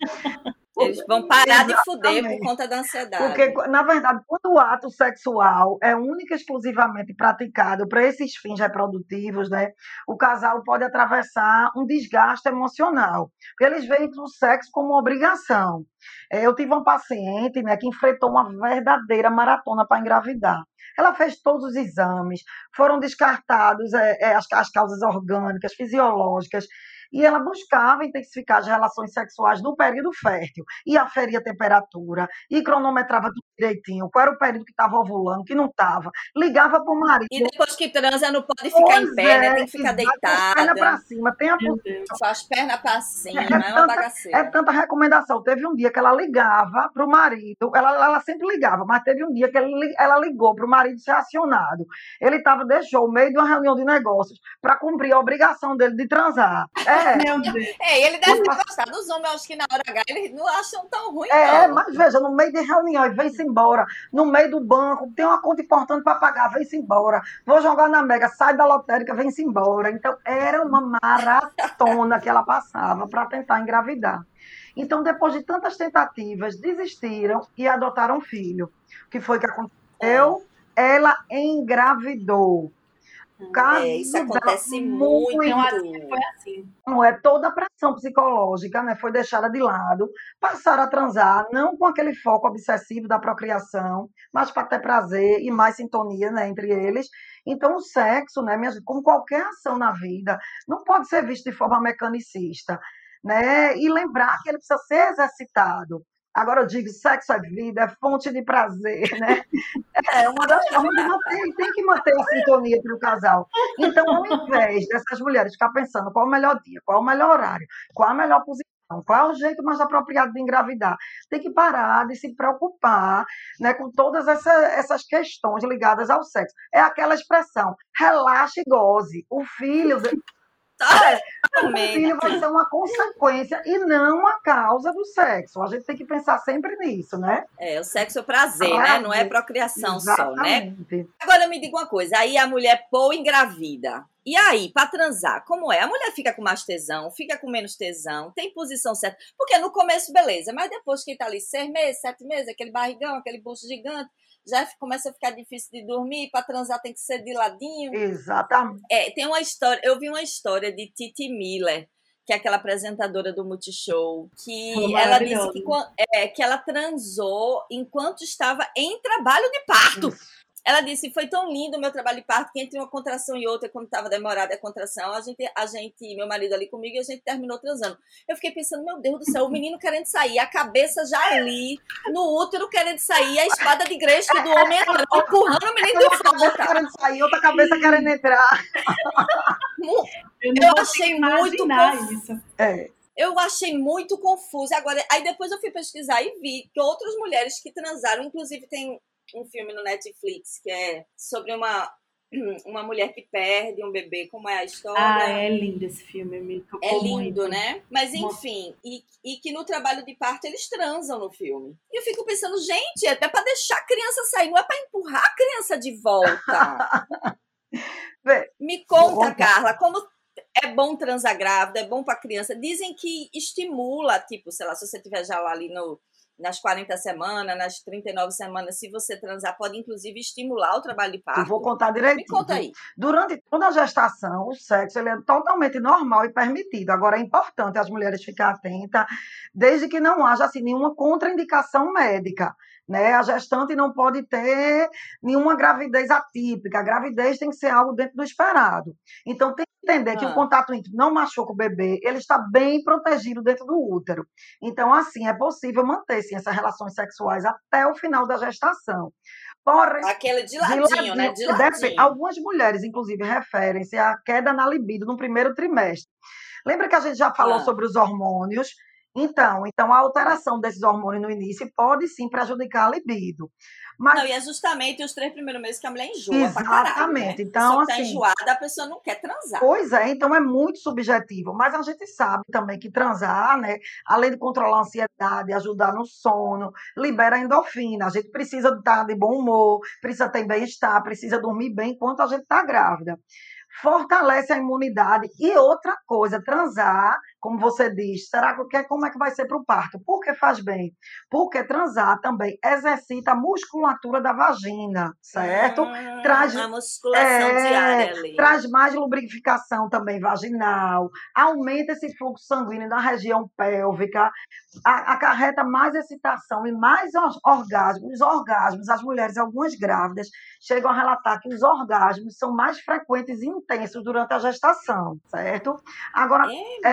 Eles vão parar de fuder por conta da ansiedade. Porque, na verdade, quando o ato sexual é única e exclusivamente praticado para esses fins reprodutivos, né, o casal pode atravessar um desgaste emocional. Porque eles veem o sexo como uma obrigação. Eu tive uma paciente, né, que enfrentou uma verdadeira maratona para engravidar. Ela fez todos os exames, foram descartados as causas orgânicas, fisiológicas, e ela buscava intensificar as relações sexuais no período fértil, e aferia a temperatura, e cronometrava tudo direitinho, qual era o período que estava ovulando, que não estava, ligava para o marido. E depois que transa não pode ficar em pé, né? Tem que ficar deitada. Com as pernas para cima, com as pernas para cima, é uma bagaceira. É tanta recomendação. Teve um dia que ela ligava para o marido, ela sempre ligava, mas teve um dia que ela ligou para o marido ser acionado. Ele deixou o meio de uma reunião de negócios para cumprir a obrigação dele de transar. Meu Deus. Ele deve gostar dos homens, acho que na hora H eles não acham tão ruim, não. Mas veja, no meio de reunião, vem-se embora. No meio do banco, tem uma conta importante para pagar, vem-se embora. Vou jogar na Mega, sai da lotérica, vem-se embora. Então, era uma maratona que ela passava para tentar engravidar. Então, depois de tantas tentativas, desistiram e adotaram um filho. O que foi que aconteceu? Ela engravidou. O caso isso dela acontece muito. muito. Então, assim, foi assim. Não é toda a pressão psicológica, né, foi deixada de lado, passaram a transar, não com aquele foco obsessivo da procriação, mas para ter prazer e mais sintonia, né, entre eles. Então, o sexo, né, minha gente, como qualquer ação na vida, não pode ser visto de forma mecanicista, né, e lembrar que ele precisa ser exercitado. Agora eu digo, sexo é vida, é fonte de prazer, né? É uma das formas de manter, e tem que manter a sintonia entre o casal. Então, ao invés dessas mulheres ficar pensando qual é o melhor dia, qual é o melhor horário, qual é a melhor posição, qual é o jeito mais apropriado de engravidar, tem que parar de se preocupar, né, com todas essas questões ligadas ao sexo. É aquela expressão, relaxe e goze. O filho o filho vai ser uma consequência e não a causa do sexo. A gente tem que pensar sempre nisso, né? O sexo é prazer, né? Não é procriação só, né? Agora me diga uma coisa, aí a mulher engravida. E aí, para transar, como é? A mulher fica com mais tesão, fica com menos tesão, tem posição certa. Porque no começo, beleza, mas depois que tá ali 6 meses, 7 meses, aquele barrigão, aquele bucho gigante, já começa a ficar difícil de dormir, para transar tem que ser de ladinho. Exatamente. Tem uma história, eu vi uma história de Titi Miller, que é aquela apresentadora do Multishow, que ela disse que ela transou enquanto estava em trabalho de parto. Isso. Ela disse, foi tão lindo o meu trabalho de parto, que entre uma contração e outra, quando estava demorada a contração, a gente, meu marido ali comigo, e a gente terminou transando. Eu fiquei pensando, meu Deus do céu, o menino querendo sair, a cabeça já ali, no útero querendo sair, a espada de Gresco do homem entrando, empurrando o menino de volta. Uma cabeça querendo sair, outra cabeça querendo entrar. Eu achei muito confuso. Eu achei muito confuso. Agora, aí depois eu fui pesquisar e vi que outras mulheres que transaram, inclusive tem um filme no Netflix que é sobre uma mulher que perde um bebê, como é a história. É lindo esse filme, me tocou muito. É lindo, muito. Né? Mas enfim, e que no trabalho de parto eles transam no filme. E eu fico pensando, gente, é até pra deixar a criança sair, não é pra empurrar a criança de volta. Me conta, Carla, como é bom transar grávida, é bom pra criança. Dizem que estimula, tipo, sei lá, se você tiver já ali nas 40 semanas, nas 39 semanas, se você transar, pode inclusive estimular o trabalho de parto. Eu vou contar direitinho. Me conta aí. Durante toda a gestação, o sexo ele é totalmente normal e permitido. Agora, é importante as mulheres ficarem atentas, desde que não haja assim, nenhuma contraindicação médica. Né? A gestante não pode ter nenhuma gravidez atípica. A gravidez tem que ser algo dentro do esperado. Então, tem que entender que o contato íntimo não machuca o bebê, ele está bem protegido dentro do útero. Então, assim, é possível manter sim, essas relações sexuais até o final da gestação. Porém, aquele de ladinho, né? De ladinho. Algumas mulheres, inclusive, referem-se à queda na libido no primeiro trimestre. Lembra que a gente já falou sobre os hormônios? Então, a alteração desses hormônios no início pode sim prejudicar a libido. Mas... Não, e é justamente os 3 primeiros meses que a mulher enjoa. Exatamente. Caralho, né? Então, se está enjoada, a pessoa não quer transar. Pois é, então é muito subjetivo. Mas a gente sabe também que transar, né, além de controlar a ansiedade, ajudar no sono, libera endorfina. A gente precisa estar de bom humor, precisa ter bem-estar, precisa dormir bem enquanto a gente está grávida. Fortalece a imunidade. E outra coisa, transar, como você diz, como é que vai ser para o parto? Porque faz bem. Porque transar também exercita a musculatura da vagina, certo? Traz a musculação diária ali. Traz mais lubrificação também vaginal, aumenta esse fluxo sanguíneo na região pélvica, acarreta mais excitação e mais orgasmos. Os orgasmos, as mulheres, algumas grávidas, chegam a relatar que os orgasmos são mais frequentes e intensos durante a gestação, certo? Agora,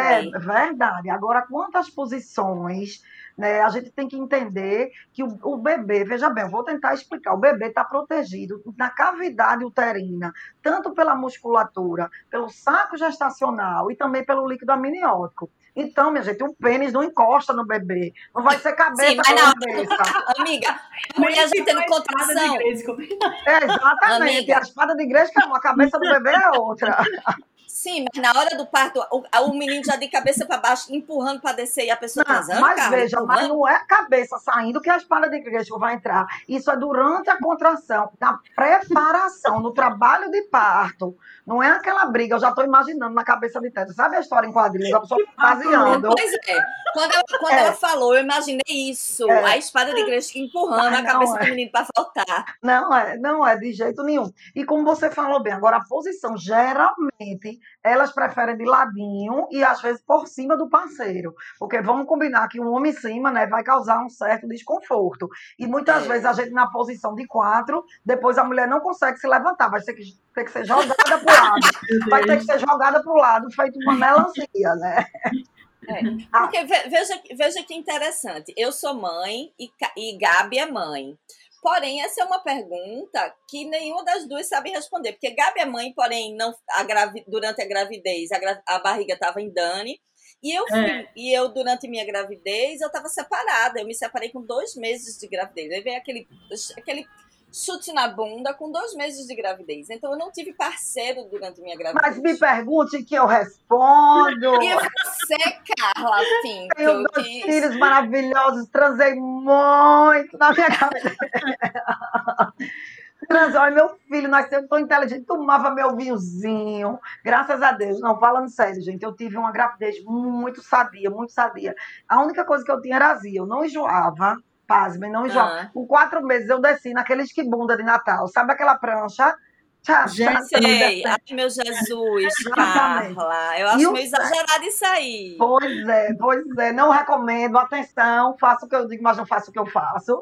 verdade. Agora, quanto às posições, né, a gente tem que entender que o bebê, veja bem, eu vou tentar explicar, o bebê está protegido na cavidade uterina, tanto pela musculatura, pelo saco gestacional e também pelo líquido amniótico. Então, minha gente, o pênis não encosta no bebê. Não vai ser cabeça. Sim, mas não, amiga, a mulher já tendo contração. Exatamente. Amiga. A espada de igreja é uma, a cabeça do bebê é outra. Sim, mas na hora do parto, o menino já de cabeça para baixo, empurrando para descer e a pessoa transando, Mas Carla, veja, mas empurrando. não é a cabeça saindo que a espada de Cristo vai entrar. Isso é durante a contração, na preparação, no trabalho de parto. Não é aquela briga, eu já estou imaginando na cabeça de teto. Sabe a história em quadrinhos? A pessoa fantasiando. Pois é. Quando ela falou, eu imaginei isso. A espada de Cristo empurrando a cabeça do menino para faltar. Não é de jeito nenhum. E como você falou bem, agora a posição, geralmente, elas preferem de ladinho e às vezes por cima do parceiro. Porque vamos combinar que um homem em cima, né, vai causar um certo desconforto. E muitas vezes a gente na posição de 4, depois a mulher não consegue se levantar, vai ter que ser jogada para o lado. Vai ter que ser jogada para o lado, feito uma melancia, né? Porque veja que interessante. Eu sou mãe e Gabi é mãe. Porém, essa é uma pergunta que nenhuma das duas sabe responder. Porque Gabi é mãe, porém, não, durante a gravidez, a barriga estava em Dani. E eu, durante minha gravidez, eu estava separada. Eu me separei com 2 meses de gravidez. Aí veio aquele chute na bunda com 2 meses de gravidez. Então, eu não tive parceiro durante minha gravidez. Mas me pergunte que eu respondo. E você, Carla Pinto? Tenho 2 filhos maravilhosos, transei muito na minha cabeça. Olha, meu filho nasceu tão inteligente, tomava meu vinhozinho, graças a Deus. Não, falando sério, gente, eu tive uma gravidez muito sadia, muito sadia. A única coisa que eu tinha era azia, eu não enjoava, pasmem, não enjoava. Com 4 meses eu desci naquele esquibunda de Natal, sabe aquela prancha? Sei, ai meu Jesus, Carla, eu acho meio exagerado isso aí. Pois é, não recomendo, atenção, faço o que eu digo, mas não faço o que eu faço.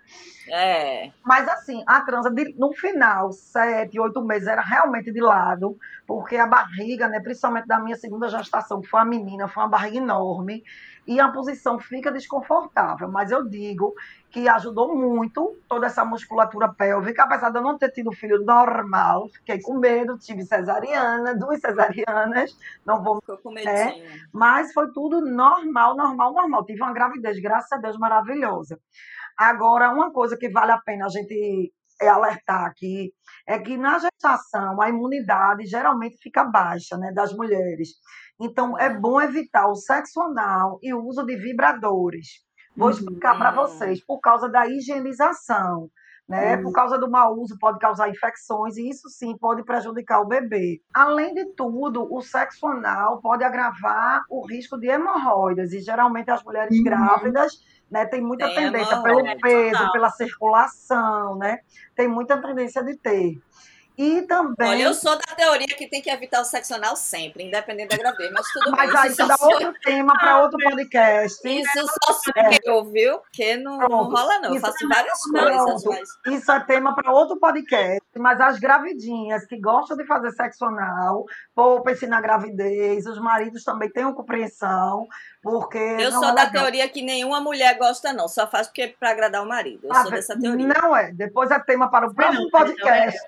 Mas assim, a transa, no final, 7, 8 meses, era realmente de lado, porque a barriga, né, principalmente da minha segunda gestação, que foi uma menina, foi uma barriga enorme, e a posição fica desconfortável, mas eu digo que ajudou muito toda essa musculatura pélvica, apesar de eu não ter tido filho normal, fiquei com medo, tive cesariana, 2 cesarianas, não vou... Ficou com medinho. Mas foi tudo normal. Tive uma gravidez, graças a Deus, maravilhosa. Agora, uma coisa que vale a pena a gente alertar aqui é que na gestação a imunidade geralmente fica baixa, né, das mulheres. Então, é bom evitar o sexo anal e o uso de vibradores. Vou explicar para vocês, por causa da higienização, né? Por causa do mau uso pode causar infecções e isso sim pode prejudicar o bebê. Além de tudo, o sexo anal pode agravar o risco de hemorroidas e geralmente as mulheres grávidas, né, tem muita tendência pelo peso, pela circulação, né? Tem muita tendência de ter. E também... Olha, eu sou da teoria que tem que evitar o sexo anal sempre, independente da gravidez, mas tudo bem. Mas aí isso dá outro tema para outro podcast. Isso só sou eu, viu? Porque não rola não, eu faço várias coisas. Mas... Isso é tema para outro podcast, mas as gravidinhas que gostam de fazer sexo anal, poupem-se na gravidez, os maridos também tenham compreensão, porque... Eu sou da teoria que nenhuma mulher gosta não, só faz porque para agradar o marido. Eu sou dessa teoria. Não é, depois é tema para o próximo podcast.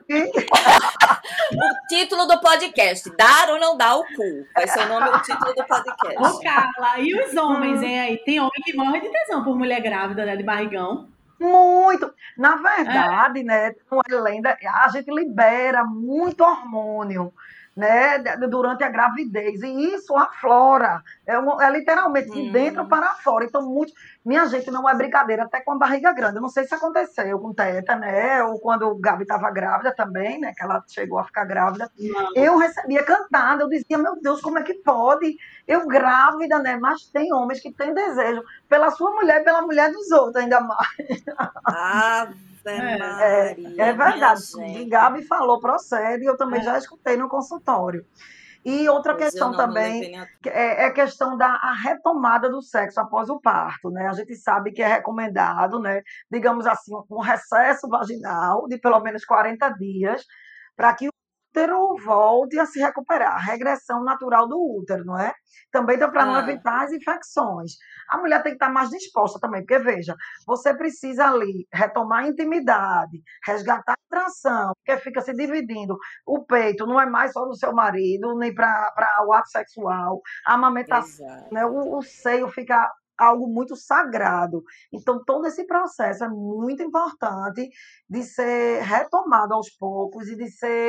O título do podcast, dar ou não dar o cu. Vai ser o nome do título do podcast. Ô, Carla, e os homens, hein? Aí tem homem que morre de tesão por mulher grávida, né, de barrigão. Muito. Na verdade, né, não é lenda, a gente libera muito hormônio, né, durante a gravidez, e isso aflora, é literalmente de dentro para fora. Então, minha gente, não é brincadeira, até com a barriga grande. Eu não sei se aconteceu com Teta, né, ou quando o Gabi estava grávida também, né, que ela chegou a ficar grávida. Não. Eu recebia cantada, eu dizia, meu Deus, como é que pode? Eu grávida, né, mas tem homens que têm desejo pela sua mulher e pela mulher dos outros, ainda mais. É verdade. O que Gabi falou procede, eu também já escutei no consultório. E outra questão também é a questão da retomada do sexo após o parto, né? A gente sabe que é recomendado, né? Digamos assim, um recesso vaginal de pelo menos 40 dias para que o útero volte a se recuperar, a regressão natural do útero, não é? Também dá para não evitar as infecções. A mulher tem que estar mais disposta também, porque, veja, você precisa ali retomar a intimidade, resgatar a atração, porque fica se dividindo. O peito não é mais só do seu marido, nem para o ato sexual, a amamentação, né? O seio fica algo muito sagrado. Então, todo esse processo é muito importante de ser retomado aos poucos e de ser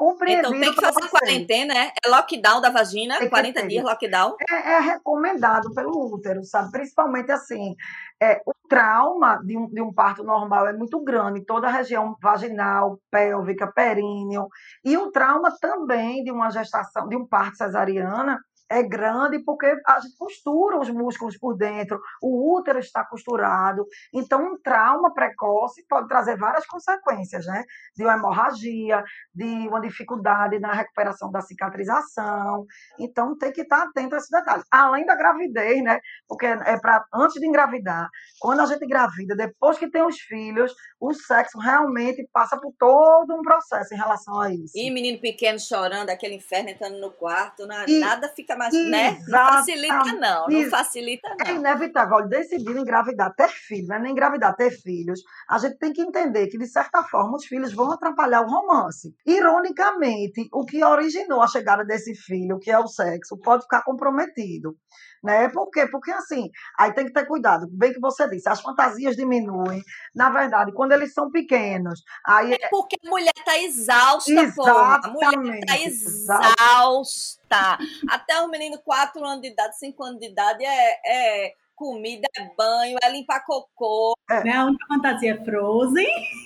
compreendido. Então tem que por fazer você. quarentena, é lockdown da vagina, Tem que 40 ter. dias lockdown. É recomendado pelo útero, sabe? Principalmente assim, o trauma de um parto normal é muito grande, toda a região vaginal, pélvica, períneo, e o trauma também de uma gestação, de um parto cesariana, é grande porque a gente costura os músculos por dentro, o útero está costurado, então um trauma precoce pode trazer várias consequências, né? De uma hemorragia, de uma dificuldade na recuperação da cicatrização, então tem que estar atento a esses detalhes. Além da gravidez, né? Porque é para antes de engravidar, quando a gente engravida, depois que tem os filhos, o sexo realmente passa por todo um processo em relação a isso. E menino pequeno chorando, aquele inferno entrando no quarto, E- nada fica mais, né? Não facilita não, não facilita É não. inevitável. Olha, decidir engravidar, ter filhos, não é nem engravidar, ter filhos. A gente tem que entender que, de certa forma, os filhos vão atrapalhar o romance. Ironicamente, o que originou a chegada desse filho, que é o sexo, pode ficar comprometido. Né? Por quê? Porque, assim, aí tem que ter cuidado. Bem que você disse, as fantasias diminuem. Na verdade, quando eles são pequenos, aí É porque a mulher tá exausta, porra. A mulher tá exatamente. exausta. Até o menino 4 anos de idade, 5 anos de idade é comida, é banho, é limpar cocô. Minha única fantasia é Frozen.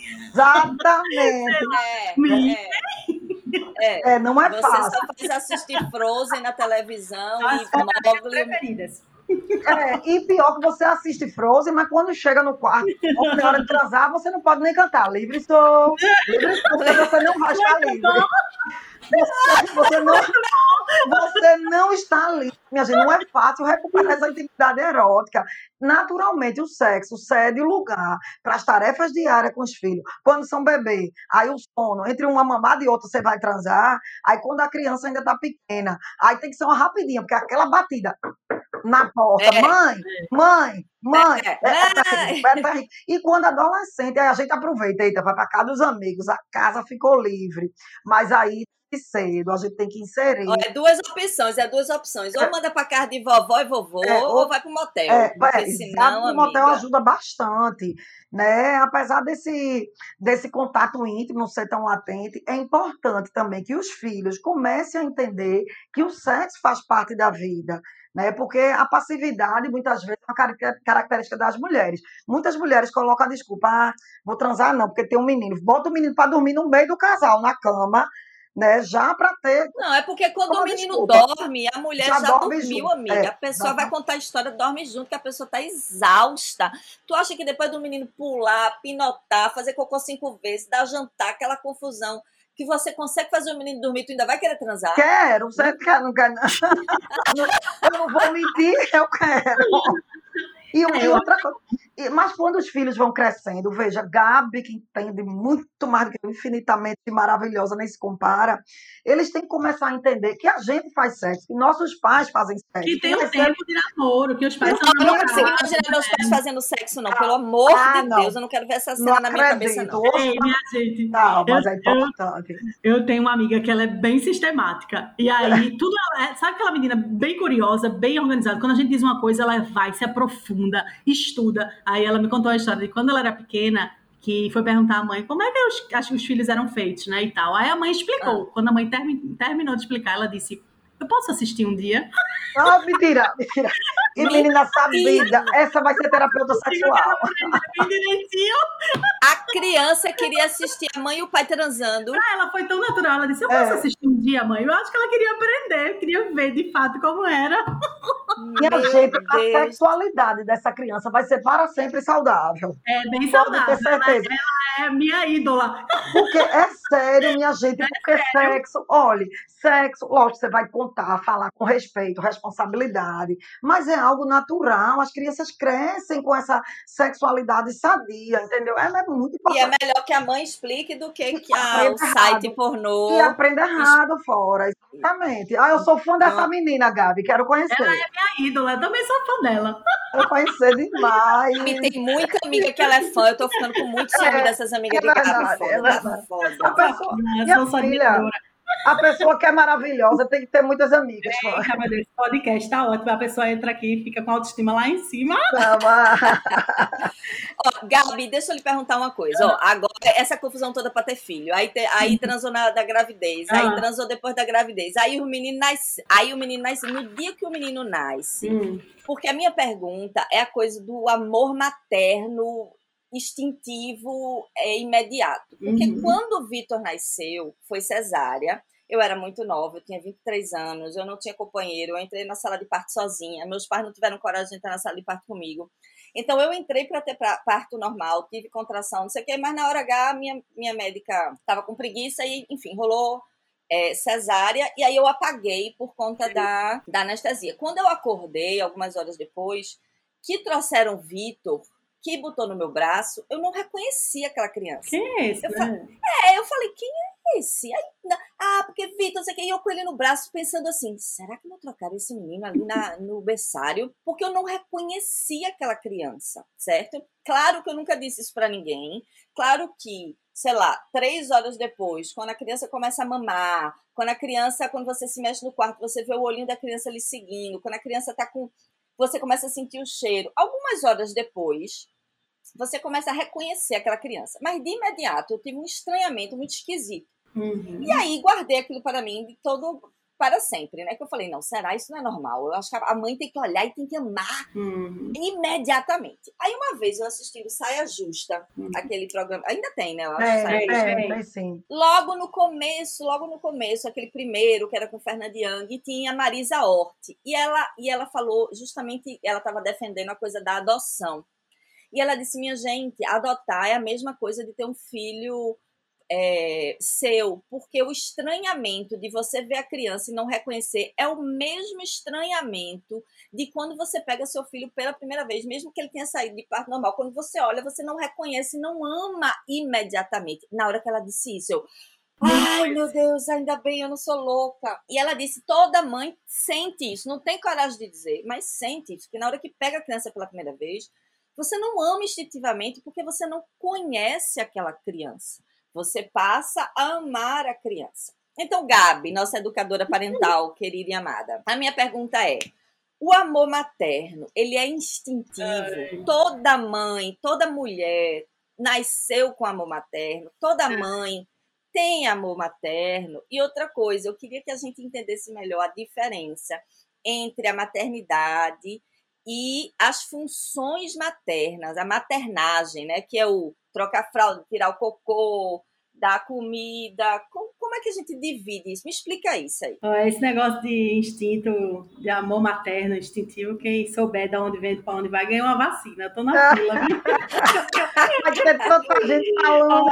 Exatamente. Não é Você fácil. só faz assistir Frozen na televisão As e fantasias Mogli. preferidas. E pior que você assiste Frozen, mas quando chega no quarto, ou na hora de transar, você não pode nem cantar. Livre sou, porque você não vai estar livre. Você não está livre. Minha gente, não é fácil recuperar essa intimidade erótica. Naturalmente, o sexo cede lugar para as tarefas diárias com os filhos. Quando são bebê, aí o sono, entre uma mamada e outra você vai transar, aí quando a criança ainda está pequena, aí tem que ser uma rapidinha, porque aquela batida na porta, mãe, e quando adolescente, aí a gente aproveita, eita, vai para casa dos amigos, a casa ficou livre, mas aí cedo, a gente tem que inserir. É duas opções. Ou manda para casa de vovó e vovô, ou vai para o motel. Porque senão, o motel ajuda bastante, né? Apesar desse contato íntimo não ser tão latente, é importante também que os filhos comecem a entender que o sexo faz parte da vida. Né? Porque a passividade, muitas vezes, é uma característica das mulheres. Muitas mulheres colocam a desculpa, vou transar não, porque tem um menino. Bota o menino para dormir no meio do casal, na cama, né? Já para ter... Não, é porque quando o menino dorme, a mulher já dormiu, junto. amiga. A pessoa vai contar a história, dorme junto, que a pessoa está exausta. Tu acha que depois do menino pular, pinotar, fazer cocô 5 vezes, dar jantar, aquela confusão, que você consegue fazer o menino dormir, tu ainda vai querer transar? Quero, você quer, não quer, não. Eu não vou mentir, eu quero. E outra coisa, mas quando os filhos vão crescendo, veja, Gabi, que entende muito mais do que eu, infinitamente maravilhosa, nem se compara, eles têm que começar a entender que a gente faz sexo, que nossos pais fazem sexo. Que tem um tempo de namoro, que os pais são namorados. Eu não consigo imaginar meus pais fazendo sexo, não. Pelo amor de Deus, eu não quero ver essa cena na minha cabeça, não. Minha gente. Não, mas é importante. Eu tenho uma amiga que ela é bem sistemática. E aí, tudo sabe aquela menina bem curiosa, bem organizada? Quando a gente diz uma coisa, ela vai, se aprofunda, estuda. Aí ela me contou a história de quando ela era pequena, que foi perguntar à mãe como é que os filhos eram feitos, né, e tal. Aí a mãe explicou. Quando a mãe terminou de explicar, ela disse, eu posso assistir um dia? Mentira. E menina sabida, essa vai ser terapeuta sexual. Bem direitinho. A criança queria assistir a mãe e o pai transando. Ela foi tão natural, ela disse, eu posso assistir um dia, mãe? Eu acho que ela queria aprender, queria ver de fato como era. E a sexualidade dessa criança vai ser para sempre saudável. É bem saudável. Pode ter certeza. Ela é minha ídola. Porque é sério, minha gente, porque sexo, olha, lógico, você vai contar, falar com respeito, responsabilidade, mas é algo natural, as crianças crescem com essa sexualidade sadia, entendeu? É muito importante. E é melhor que a mãe explique do que o site pornô. E aprenda errado fora, exatamente. Eu sou fã dessa menina, Gabi, quero conhecer. Ela é minha ídola, eu também sou fã dela. Eu conhecer demais. E tem muita amiga que ela é fã, eu tô ficando com muito ciúme dessas amigas de Gabi. É verdade. Foda. Minha filha, A pessoa que é maravilhosa tem que ter muitas amigas. Esse podcast tá ótimo. A pessoa entra aqui e fica com a autoestima lá em cima. Ó, Gabi, deixa eu lhe perguntar uma coisa. Ó, agora, essa confusão toda para ter filho. Aí transou da gravidez. Aí transou depois da gravidez. Aí o menino nasce. No dia que o menino nasce. Porque a minha pergunta é a coisa do amor materno instintivo imediato. Porque quando o Vitor nasceu, foi cesárea. Eu era muito nova, eu tinha 23 anos, eu não tinha companheiro, eu entrei na sala de parto sozinha, meus pais não tiveram coragem de entrar na sala de parto comigo. Então, eu entrei para ter parto normal, tive contração, não sei o quê, mas na hora H, minha médica estava com preguiça e, enfim, rolou cesárea, e aí eu apaguei por conta da anestesia. Quando eu acordei, algumas horas depois, que trouxeram o Vitor, que botou no meu braço, eu não reconheci aquela criança. Quem é esse? Eu falei, quem é esse? Aí, porque Vitor, não sei o que, e eu com ele no braço pensando assim, será que não trocaram esse menino ali no berçário? Porque eu não reconheci aquela criança, certo? Claro que eu nunca disse isso pra ninguém, claro que, sei lá, 3 horas depois, quando a criança começa a mamar, quando você se mexe no quarto, você vê o olhinho da criança ali seguindo, quando a criança tá com... Você começa a sentir o cheiro. Algumas horas depois, você começa a reconhecer aquela criança. Mas, de imediato, eu tive um estranhamento muito esquisito. E aí, guardei aquilo para mim para sempre, né? Que eu falei, não, será? Isso não é normal. Eu acho que a mãe tem que olhar e tem que amar imediatamente. Aí, uma vez, eu assisti o Saia Justa, aquele programa... Ainda tem, né? Eu acho Tem sim. Logo no começo, aquele primeiro, que era com Fernanda Young, tinha a Marisa Hort. E ela falou, justamente, ela estava defendendo a coisa da adoção. E ela disse, minha gente, adotar é a mesma coisa de ter um filho seu, porque o estranhamento de você ver a criança e não reconhecer é o mesmo estranhamento de quando você pega seu filho pela primeira vez, mesmo que ele tenha saído de parto normal. Quando você olha, você não reconhece, não ama imediatamente. Na hora que ela disse isso, ai, meu Deus, ainda bem, eu não sou louca. E ela disse, toda mãe sente isso, não tem coragem de dizer, mas sente isso, que na hora que pega a criança pela primeira vez, você não ama instintivamente porque você não conhece aquela criança. Você passa a amar a criança. Então, Gabi, nossa educadora parental, querida e amada, a minha pergunta é, o amor materno, ele é instintivo? Toda mãe, toda mulher nasceu com amor materno, toda mãe tem amor materno. E outra coisa, eu queria que a gente entendesse melhor a diferença entre a maternidade e as funções maternas, a maternagem, né, que é o trocar a fralda, tirar o cocô, dar comida. Como é que a gente divide isso? Me explica isso aí. Esse negócio de instinto, de amor materno, instintivo, quem souber de onde vem, para onde vai, ganha uma vacina. Eu tô na fila, viu? Vai ter tanta gente falando.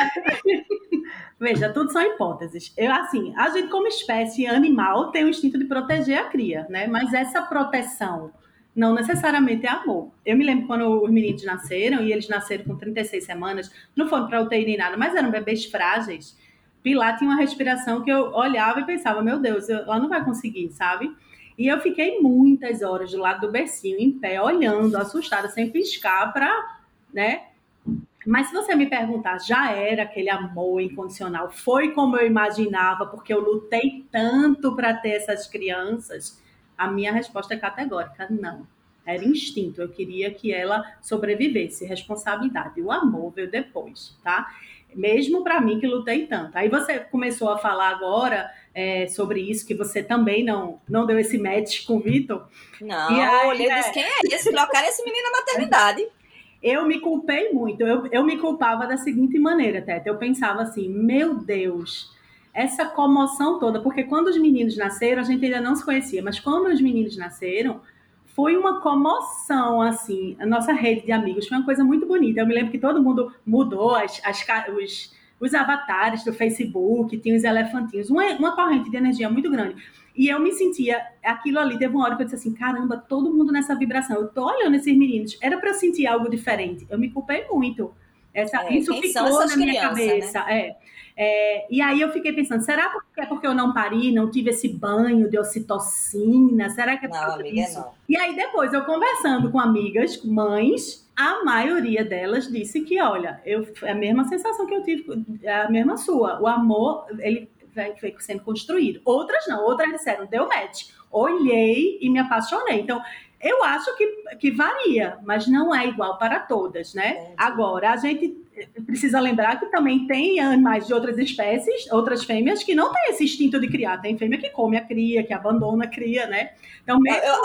Veja, tudo são hipóteses. A gente como espécie animal tem o instinto de proteger a cria, né? Mas essa proteção não necessariamente é amor. Eu me lembro quando os meninos nasceram, e eles nasceram com 36 semanas, não foram para UTI nem nada, mas eram bebês frágeis. Pilar tinha uma respiração que eu olhava e pensava, meu Deus, ela não vai conseguir, sabe? E eu fiquei muitas horas do lado do bercinho, em pé, olhando, assustada, sem piscar, né? Mas se você me perguntar, já era aquele amor incondicional? Foi como eu imaginava, porque eu lutei tanto para ter essas crianças? A minha resposta é categórica, não. Era instinto, eu queria que ela sobrevivesse, responsabilidade. O amor veio depois, tá? Mesmo para mim que lutei tanto. Aí você começou a falar agora sobre isso, que você também não deu esse match com o Vitor. Não, eu olhei e disse, quem é esse? Colocaram esse menino na maternidade. Eu me culpei muito. Eu me culpava da seguinte maneira, Tete. Eu pensava assim, meu Deus, essa comoção toda, porque quando os meninos nasceram, a gente ainda não se conhecia, mas quando os meninos nasceram, foi uma comoção, assim, a nossa rede de amigos, foi uma coisa muito bonita. Eu me lembro que todo mundo mudou os avatares do Facebook, tinha os elefantinhos, uma corrente de energia muito grande. E eu me sentia, aquilo ali, teve uma hora que eu disse assim, caramba, todo mundo nessa vibração, eu tô olhando esses meninos, era para eu sentir algo diferente. Eu me culpei muito. Isso ficou na minha cabeça, né? E aí eu fiquei pensando, será que é porque eu não pari, não tive esse banho de ocitocina? Será que é por causa disso? Não. E aí depois eu conversando com amigas, mães, a maioria delas disse que, olha, a mesma sensação que eu tive, a mesma sua. O amor, ele foi sendo construído. Outras não, outras disseram, deu match. Olhei e me apaixonei. Então, eu acho que varia, mas não é igual para todas, né? Agora, a gente precisa lembrar que também tem animais de outras espécies, outras fêmeas, que não têm esse instinto de criar. Tem fêmea que come a cria, que abandona a cria, né? Então,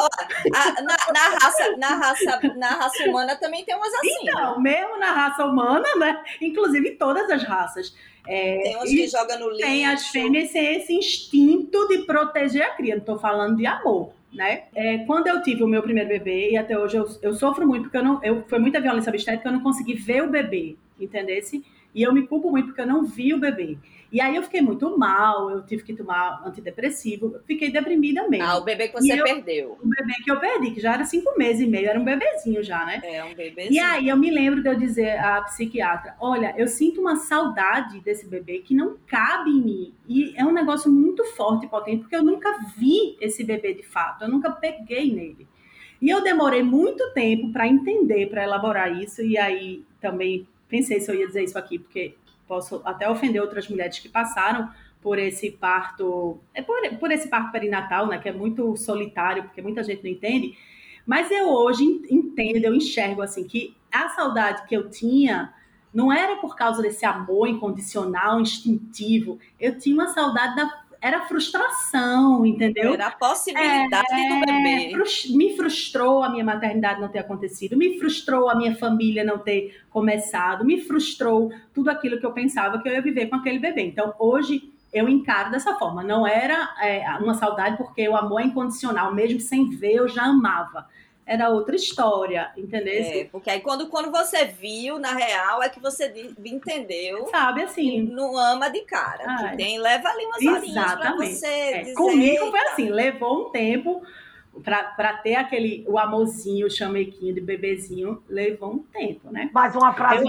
na raça humana também tem umas assim. Então, mesmo na raça humana, né? Inclusive todas as raças. Tem uns que jogam no lixo. Tem as fêmeas sem esse instinto de proteger a cria. Não estou falando de amor, né? Quando eu tive o meu primeiro bebê, e até hoje eu sofro muito, porque foi muita violência obstétrica, eu não consegui ver o bebê, entendesse? E eu me culpo muito porque eu não vi o bebê. E aí eu fiquei muito mal, eu tive que tomar antidepressivo, fiquei deprimida mesmo. O bebê que você perdeu. O bebê que eu perdi, que já era 5 meses e meio, era um bebezinho já, né? Um bebezinho. E aí eu me lembro de eu dizer à psiquiatra, olha, eu sinto uma saudade desse bebê que não cabe em mim. E é um negócio muito forte e potente, porque eu nunca vi esse bebê de fato, eu nunca peguei nele. E eu demorei muito tempo para entender, para elaborar isso, e aí também pensei se eu ia dizer isso aqui, porque posso até ofender outras mulheres que passaram por esse parto, por esse parto perinatal, né, que é muito solitário, porque muita gente não entende, mas eu hoje entendo, eu enxergo assim, que a saudade que eu tinha não era por causa desse amor incondicional, instintivo, eu tinha uma saudade era frustração, entendeu? Era a possibilidade do bebê. Me frustrou a minha maternidade não ter acontecido, me frustrou a minha família não ter começado, me frustrou tudo aquilo que eu pensava que eu ia viver com aquele bebê. Então, hoje, eu encaro dessa forma. Não era uma saudade porque o amor é incondicional, mesmo sem ver, eu já amava. Era outra história, entendeu? Porque aí quando você viu, na real, é que você entendeu. Sabe, assim. Não ama de cara. Que leva ali umas horinhas pra você dizer. Comigo foi assim, levou um tempo para ter o amorzinho, o chamequinho de bebezinho, levou um tempo, né? Mas uma frase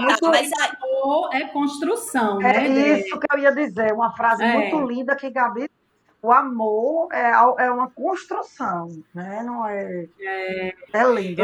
amor é construção, né? Isso que eu ia dizer, uma frase muito linda que Gabi. O amor é uma construção, né? Não é. É lindo.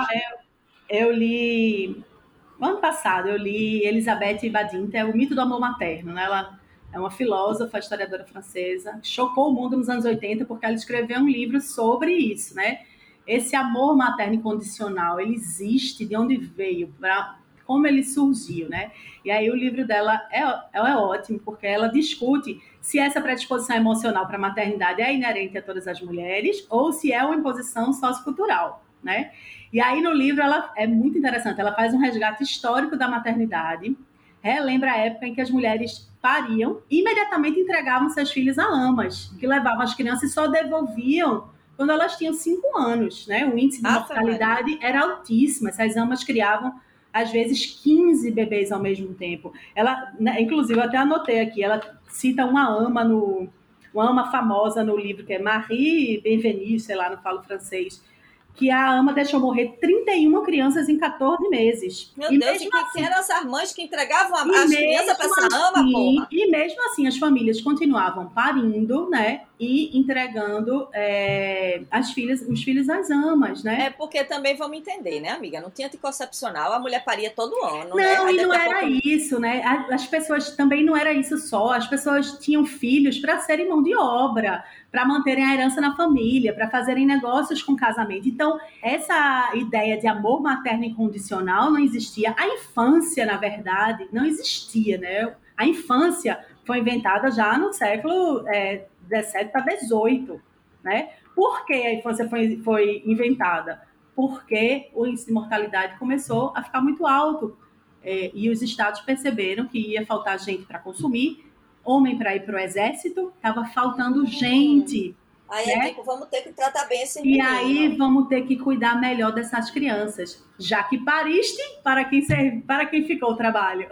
Eu li ano passado, Elisabeth Badinter, O Mito do Amor Materno, né? Ela é uma filósofa, historiadora francesa, chocou o mundo nos anos 80 porque ela escreveu um livro sobre isso, né? Esse amor materno incondicional, ele existe, de onde veio, como ele surgiu, né? E aí o livro dela é ótimo, porque ela discute se essa predisposição emocional para a maternidade é inerente a todas as mulheres ou se é uma imposição sociocultural, né? E aí no livro ela é muito interessante, ela faz um resgate histórico da maternidade, relembra a época em que as mulheres pariam e imediatamente entregavam seus filhos a amas, que levavam as crianças e só devolviam quando elas tinham 5 anos, né? O índice de mortalidade era altíssimo, essas amas criavam às vezes 15 bebês ao mesmo tempo. Ela, né, inclusive, eu até anotei aqui, ela cita uma ama famosa no livro, que é Marie Benvenue, sei lá, não falo francês, que a ama deixou morrer 31 crianças em 14 meses. Meu Deus, e quem eram essas mães que entregavam as crianças para essa ama, porra? E mesmo assim, as famílias continuavam parindo, né? E entregando os filhos às amas, né? Porque também vamos entender, né, amiga? Não tinha anticoncepcional, a mulher paria todo ano, não, né? E não era isso, né? As pessoas também não era isso só. As pessoas tinham filhos para serem mão de obra, para manterem a herança na família, para fazerem negócios com casamento. Então, essa ideia de amor materno incondicional não existia. A infância, na verdade, não existia, né? A infância foi inventada já no século 17 para 18, né? Por que a infância foi inventada? Porque o índice de mortalidade começou a ficar muito alto e os estados perceberam que ia faltar gente para consumir, homem para ir para o exército, estava faltando gente. Aí né? Vamos ter que tratar bem esse menino. E aí vamos ter que cuidar melhor dessas crianças, já que pariste, para quem ficou o trabalho.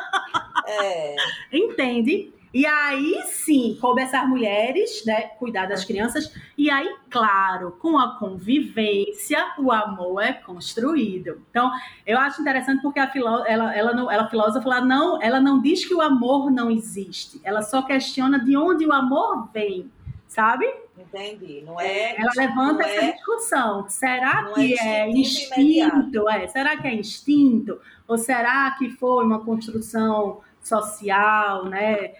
Entende? E aí, sim, coube essas mulheres, né, cuidar das crianças. E aí, claro, com a convivência, o amor é construído. Então, eu acho interessante porque a filósofa, ela não diz que o amor não existe. Ela só questiona de onde o amor vem, sabe? Entendi. Não é, Ela levanta não essa é, discussão. Será não que é instintivo imediato. instinto? Será que é instinto? Ou será que foi uma construção social, né?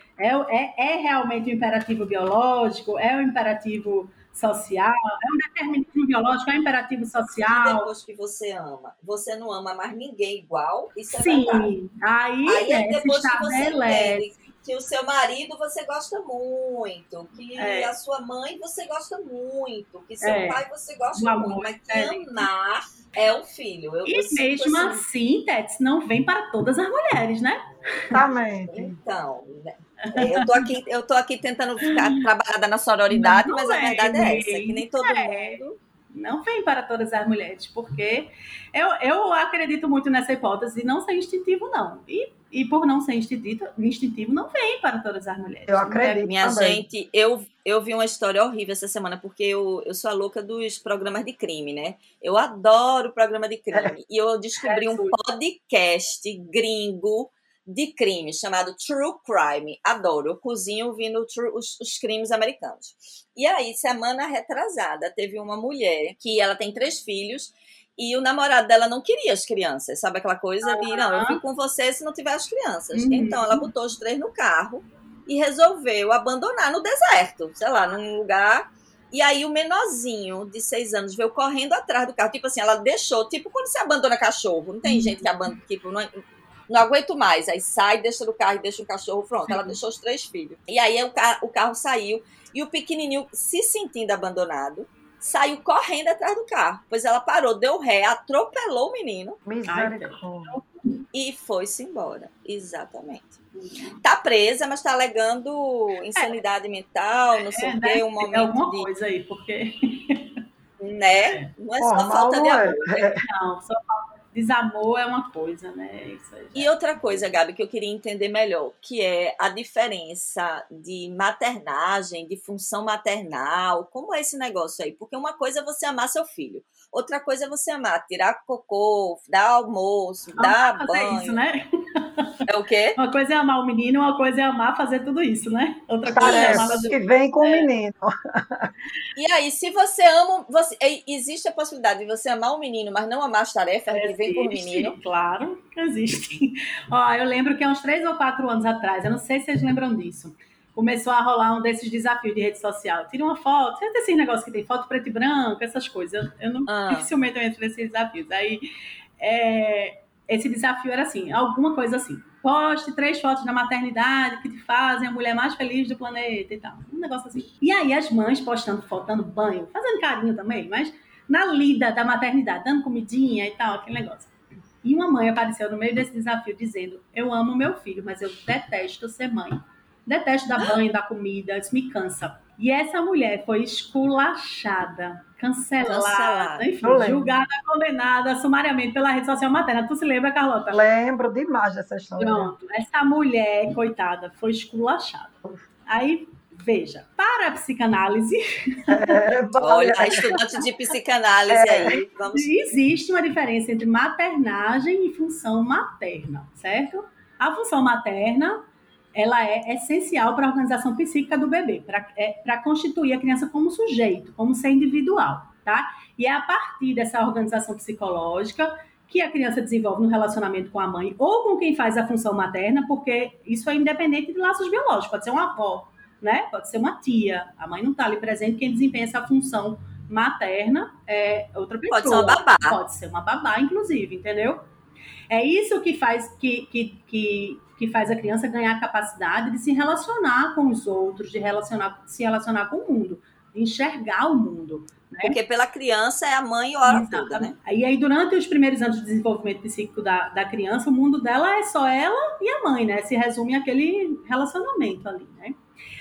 É realmente um imperativo biológico? É um imperativo social? É um determinismo biológico? É um imperativo E social? depois que você ama, você não ama mais ninguém igual, isso é verdade. Sim, aí Aí é se depois que você entende estabelece. que o seu marido você gosta muito, que a É, sua mãe você gosta muito, que seu é, pai você o gosta muito, amor mas que é. amar é o filho. Eu E sinto mesmo assim, assim, Tets, não vem para todas as mulheres, né? Exatamente. então, né? Eu tô aqui tentando ficar trabalhada na sororidade, mas Não a verdade é essa, que vem. nem todo mundo. Não vem para todas as mulheres, porque eu acredito muito nessa hipótese de não ser instintivo, não. E por não ser instintivo, não vem para todas as mulheres. Eu acredito Minha também. gente, eu vi uma história horrível essa semana, porque eu sou a louca dos programas de crime, né? Eu adoro programa de crime. E eu descobri um podcast gringo de crime chamado True Crime. Adoro. Eu cozinho ouvindo os crimes americanos. E aí, semana retrasada, teve uma mulher que ela tem 3 filhos e o namorado dela não queria as crianças. Sabe aquela coisa de, não, eu fico com você se não tiver as crianças. Então, ela botou os 3 no carro e resolveu abandonar no deserto, sei lá, num lugar. E aí o menorzinho de 6 anos veio correndo atrás do carro. Tipo assim, ela deixou, tipo quando você abandona cachorro. Não tem gente que abandona, tipo, não aguento mais. Aí sai, deixa do carro e deixa o cachorro. Pronto, ela deixou os 3 filhos. E aí o carro saiu e o pequenininho, se sentindo abandonado, saiu correndo atrás do carro. Pois ela parou, deu ré, atropelou o menino. Misericórdia. E foi-se embora. Exatamente. Tá presa, mas tá alegando insanidade mental, não sei o quê, um momento alguma de... coisa aí, porque... Né? Não é só Normal falta de não é. amor. Não, só desamor é uma coisa, né? Isso aí já... E outra coisa, Gabi, que eu queria entender melhor, que é a diferença de maternagem, de função maternal, como é esse negócio aí? Porque uma coisa é você amar seu filho, outra coisa é você amar, tirar cocô, dar almoço, dar banho. Isso, né? É o quê? Uma coisa é amar o menino, uma coisa é amar fazer tudo isso, né? Outra coisa é amar fazer... que vem com o menino. E aí, se você ama... existe a possibilidade de você amar o menino, mas não amar as tarefas que vem com o menino? Claro que existe. Ó, eu lembro que há uns 3 ou 4 anos atrás, eu não sei se vocês lembram disso, começou a rolar um desses desafios de rede social. Tira uma foto, tem esses negócios que tem foto preto e branco, essas coisas. Eu não dificilmente eu entro nesses desafios. Aí, esse desafio era assim, alguma coisa assim. Poste 3 fotos da maternidade que te fazem a mulher mais feliz do planeta e tal. Um negócio assim. E aí as mães postando foto, dando banho, fazendo carinho também, mas na lida da maternidade, dando comidinha e tal, aquele negócio. E uma mãe apareceu no meio desse desafio dizendo: eu amo meu filho, mas eu detesto ser mãe. Detesto dar banho, dar comida, isso me cansa. E essa mulher foi esculachada, cancelada, enfim, julgada, condenada sumariamente pela rede social materna. Tu se lembra, Carlota? Lembro demais dessa história. Pronto, essa mulher, coitada, foi esculachada. Aí, veja, para a psicanálise... Olha, a estudante de psicanálise aí. Existe uma diferença entre maternagem e função materna, certo? A função materna... ela é essencial para a organização psíquica do bebê, para constituir a criança como sujeito, como ser individual, tá? E é a partir dessa organização psicológica que a criança desenvolve no relacionamento com a mãe ou com quem faz a função materna, porque isso é independente de laços biológicos, pode ser uma avó, né? Pode ser uma tia, a mãe não está ali presente, quem desempenha essa função materna é outra pessoa. Pode ser uma babá. Pode ser uma babá, inclusive, entendeu? É isso que faz que faz a criança ganhar a capacidade de se relacionar com os outros, de se relacionar com o mundo, de enxergar o mundo. Né? Porque pela criança é a mãe a hora toda, né? E aí, durante os primeiros anos de desenvolvimento psíquico da criança, o mundo dela é só ela e a mãe, né? Se resume àquele relacionamento ali, né?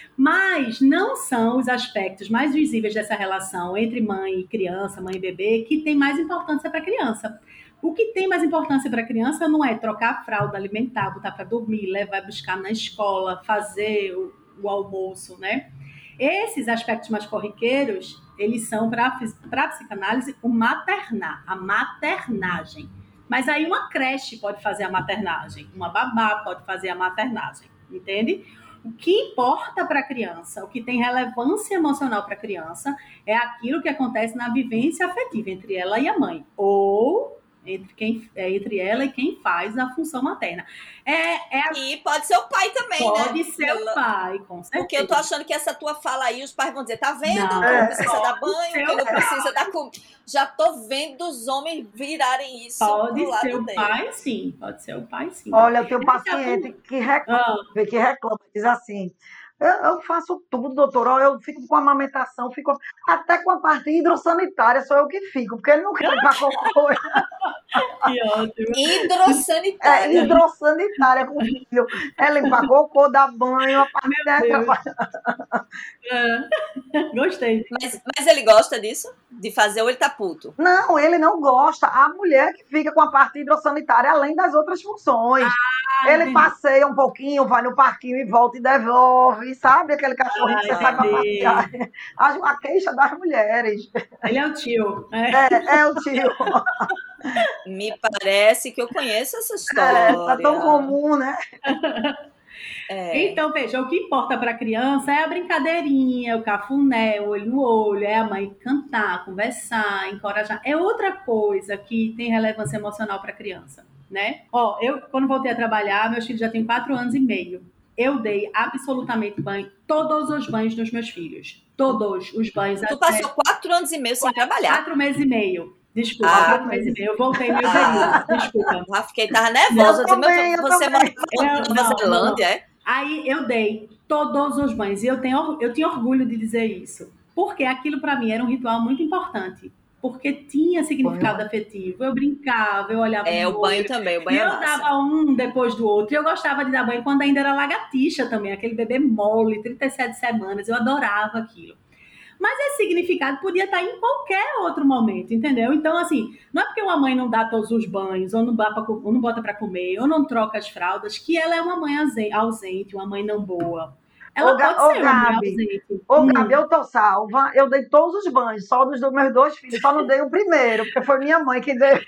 Mas não são os aspectos mais visíveis dessa relação entre mãe e criança, mãe e bebê, que tem mais importância para a criança. O que tem mais importância para a criança não é trocar a fralda, alimentar, botar para dormir, levar, buscar na escola, fazer o almoço, né? Esses aspectos mais corriqueiros, eles são para a psicanálise o maternar, a maternagem. Mas aí uma creche pode fazer a maternagem, uma babá pode fazer a maternagem, entende? O que importa para a criança, o que tem relevância emocional para a criança, é aquilo que acontece na vivência afetiva entre ela e a mãe, ou entre ela e quem faz a função materna. E pode ser o pai também, pode ser o pai, com certeza. Porque eu tô achando que essa tua fala aí, os pais vão dizer, tá vendo? Não, Que não precisa dar banho, que não precisa dar comida. Já tô vendo os homens virarem isso Pode pro lado ser o dele. pai, sim. Pode ser o pai, sim. Olha, eu tenho paciente que reclama, diz assim, eu faço tudo, doutor, eu fico com amamentação, fico até com a parte hidrossanitária, sou eu que fico, porque ele não quer limpar cocô. Que ótimo. Hidrossanitária. Hidrossanitária com o filho. É limpar cocô, dar banho, a parte dessa. Gostei. Mas ele gosta disso? De fazer ou ele tá puto? Não, ele não gosta. A mulher que fica com a parte hidrossanitária, além das outras funções. Ele passeia um pouquinho, vai no parquinho e volta e devolve, sabe? Aquele cachorrinho que você sai pra passear. A queixa das mulheres. Ele é o tio. É o tio. Me parece que eu conheço essa história. Tá tão comum, né? Então, veja, o que importa para a criança é a brincadeirinha, o cafuné, o olho no olho, é a mãe cantar, conversar, encorajar. É outra coisa que tem relevância emocional para a criança, né? Eu, quando voltei a trabalhar, meus filhos já têm 4 anos e meio. Eu dei absolutamente banho, todos os banhos dos meus filhos. Todos os banhos. Tu passou 4 anos e meio sem trabalhar? 4 meses e meio. Desculpa, 4 meses e meio. Eu voltei no período. Desculpa. Tava nervosa. Você mora em Nova Zelândia, é? Aí eu dei todos os banhos. E eu tinha orgulho de dizer isso. Porque aquilo para mim era um ritual muito importante. Porque tinha significado afetivo. Eu brincava, eu olhava no o banho também, o banho eu dava um depois do outro. E eu gostava de dar banho quando ainda era lagartixa também. Aquele bebê mole, 37 semanas. Eu adorava aquilo. Mas esse significado podia estar em qualquer outro momento, entendeu? Então, assim, não é porque uma mãe não dá todos os banhos, ou não bota para comer, ou não troca as fraldas, que ela é uma mãe ausente, uma mãe não boa. Ela pode ser uma mãe ausente. Gabi, eu tô salva. Eu dei todos os banhos, só dos meus 2 filhos. Só não dei o primeiro, porque foi minha mãe que deu.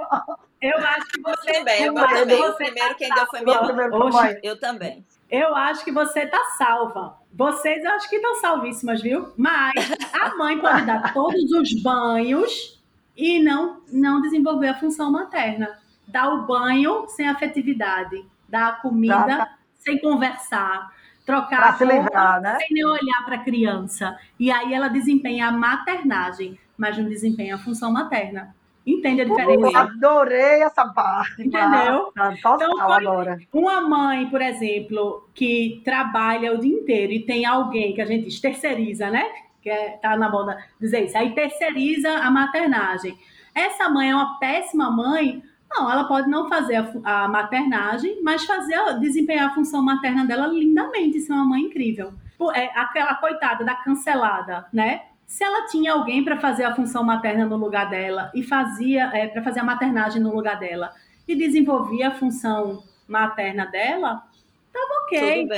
Eu acho que você também. O primeiro quem deu foi minha mãe. Eu também. Eu acho que você tá salva. Vocês, eu acho que estão salvíssimas, viu? Mas a mãe pode dar todos os banhos e não desenvolver a função materna. Dar o banho sem afetividade. Dar a comida sem conversar. Trocar a roupa, né? Sem nem olhar para a criança. E aí ela desempenha a maternagem, mas não desempenha a função materna. Entende a diferença? Eu adorei essa parte. Entendeu? Então, agora. Uma mãe, por exemplo, que trabalha o dia inteiro e tem alguém que a gente diz, terceiriza, né? Que tá na moda dizer isso. Aí terceiriza a maternagem. Essa mãe é uma péssima mãe? Não, ela pode não fazer a maternagem, mas desempenhar a função materna dela lindamente. Isso é uma mãe incrível. Aquela coitada da cancelada, né? Se ela tinha alguém para fazer a função materna no lugar dela e para fazer a maternagem no lugar dela e desenvolvia a função materna dela, estava ok.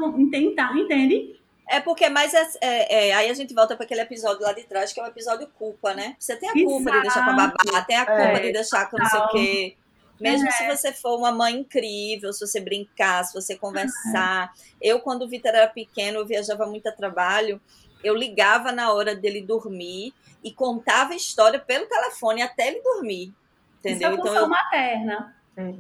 Entende? É porque mais aí a gente volta para aquele episódio lá de trás, que é o episódio culpa, né? Você tem a culpa de deixar com a babá, tem a culpa de deixar com não sei o quê. Mesmo se você for uma mãe incrível, se você brincar, se você conversar. Eu, quando o Vitor era pequeno, eu viajava muito a trabalho, eu ligava na hora dele dormir e contava a história pelo telefone até ele dormir. Entendeu? Isso é função materna.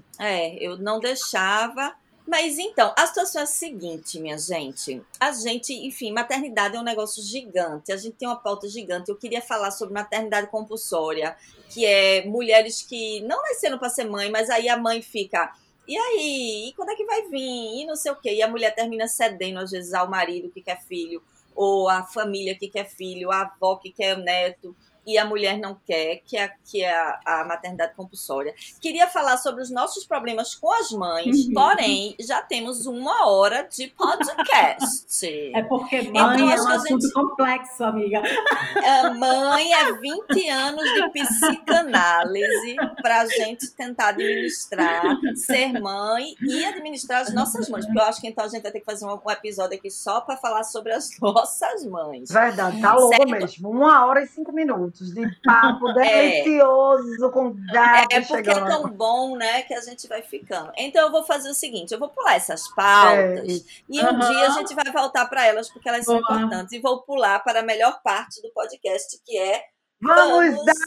Eu não deixava. Mas então, a situação é a seguinte, minha gente. Enfim, maternidade é um negócio gigante. A gente tem uma pauta gigante. Eu queria falar sobre maternidade compulsória, que é mulheres que não nasceram para ser mãe, mas aí a mãe fica... E aí? E quando é que vai vir? E não sei o quê. E a mulher termina cedendo, às vezes, ao marido que quer filho, ou a família que quer filho, a avó que quer neto, e a mulher não quer, que é a maternidade compulsória. Queria falar sobre os nossos problemas com as mães, porém, já temos 1 hora de podcast. É porque mãe é um assunto complexo, amiga. Mãe é 20 anos de psicanálise para a gente tentar administrar, ser mãe e administrar as nossas mães. Porque eu acho que então a gente vai ter que fazer um episódio aqui só para falar sobre as nossas mães. Verdade, tá louco mesmo. 1 hora e 5 minutos. minutos de papo delicioso com Gabi porque chegando. é tão bom, né, que a gente vai ficando. Então eu vou fazer o seguinte, eu vou pular essas pautas e um dia a gente vai voltar para elas, porque elas são importantes, e vou pular para a melhor parte do podcast, que é Vamos dar!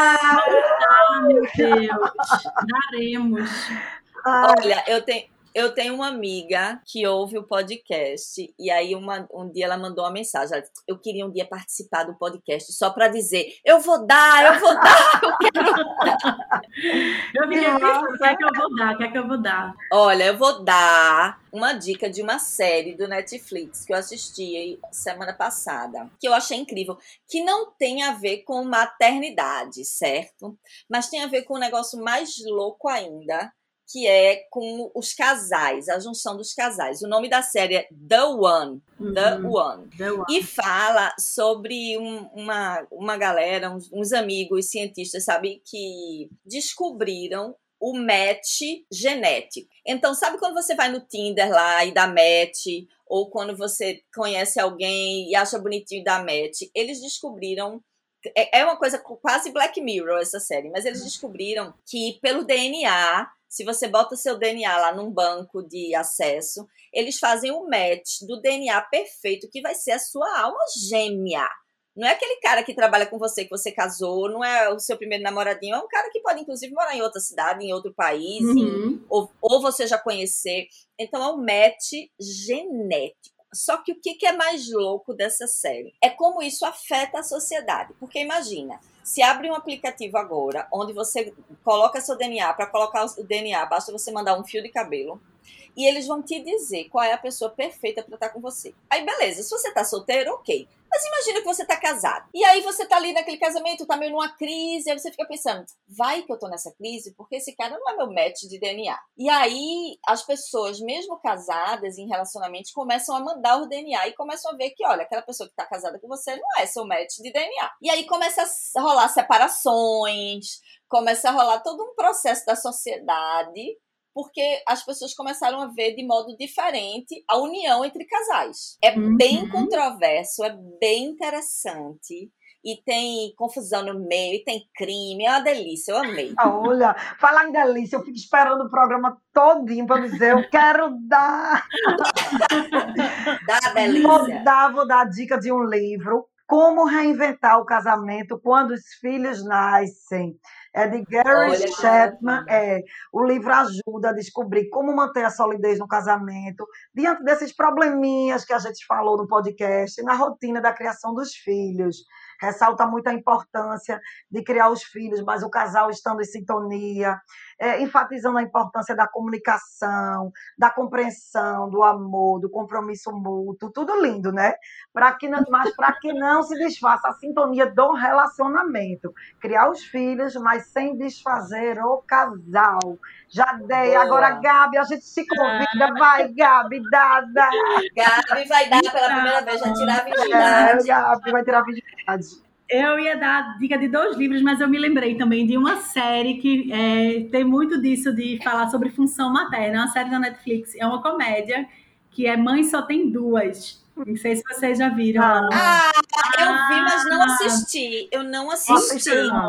Ah, meu Deus! Daremos! Olha, eu tenho uma amiga que ouve o podcast, e aí um dia ela mandou uma mensagem. Ela disse, eu queria um dia participar do podcast só para dizer, eu vou dar, eu quero dar. Eu fiquei pensando, o que é que eu vou dar? Olha, eu vou dar uma dica de uma série do Netflix que eu assisti semana passada, que eu achei incrível, que não tem a ver com maternidade, certo? Mas tem a ver com um negócio mais louco ainda, que é com os casais, a junção dos casais. O nome da série é The One. The One. E fala sobre uma galera, uns amigos cientistas, sabe, que descobriram o match genético. Então, sabe quando você vai no Tinder lá e dá match, ou quando você conhece alguém e acha bonitinho e dá match? Eles descobriram... É uma coisa quase Black Mirror, essa série, mas eles descobriram que pelo DNA... Se você bota seu DNA lá num banco de acesso, eles fazem um match do DNA perfeito, que vai ser a sua alma gêmea. Não é aquele cara que trabalha com você, que você casou, não é o seu primeiro namoradinho, é um cara que pode, inclusive, morar em outra cidade, em outro país, ou você já conhecer. Então, é um match genético. Só que o que é mais louco dessa série? É como isso afeta a sociedade. Porque imagina, se abre um aplicativo agora, onde você coloca seu DNA, para colocar o DNA, basta você mandar um fio de cabelo, e eles vão te dizer qual é a pessoa perfeita para estar com você. Aí, beleza, se você tá solteiro, ok. Mas imagina que você tá casado. E aí você tá ali naquele casamento, tá meio numa crise, aí você fica pensando, vai que eu tô nessa crise, porque esse cara não é meu match de DNA. E aí as pessoas, mesmo casadas em relacionamentos, começam a mandar o DNA e começam a ver que, olha, aquela pessoa que tá casada com você não é seu match de DNA. E aí começa a rolar separações, começa a rolar todo um processo da sociedade, porque as pessoas começaram a ver de modo diferente a união entre casais. É bem controverso, é bem interessante, e tem confusão no meio, e tem crime, é uma delícia, eu amei. Olha, falar em delícia, eu fico esperando o programa todinho para dizer, eu quero dar. Dá delícia. Vou dar a dica de um livro, Como Reinventar o Casamento Quando os Filhos Nascem. É de Gary Chapman. O livro ajuda a descobrir como manter a solidez no casamento, diante desses probleminhas que a gente falou no podcast, na rotina da criação dos filhos. Ressalta muito a importância de criar os filhos, mas o casal estando em sintonia, enfatizando a importância da comunicação, da compreensão, do amor, do compromisso mútuo, tudo lindo, né? Mas para que não se desfaça a sintonia do relacionamento. Criar os filhos, mas sem desfazer o casal. Já dei. Boa. Agora, Gabi, a gente se convida. Vai, Gabi, dá. Gabi vai dar pela primeira vez, vai tirar a virgindade. Gabi vai tirar a virgindade. Eu ia dar dica de 2 livros, mas eu me lembrei também de uma série que tem muito disso de falar sobre função materna. É uma série da Netflix, é uma comédia, que é Mãe Só Tem Duas. Não sei se vocês já viram. Eu vi, mas não assisti. Eu não assisti.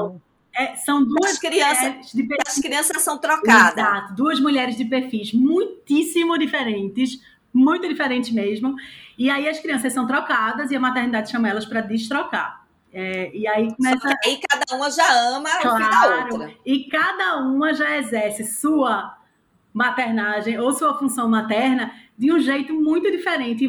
São duas crianças de perfis. As crianças são trocadas. Exato, 2 mulheres de perfis muitíssimo diferentes, muito diferentes mesmo. E aí as crianças são trocadas e a maternidade chama elas para destrocar. E aí começa... Só que aí cada uma já ama o filho da outra. E cada uma já exerce sua maternagem ou sua função materna de um jeito muito diferente.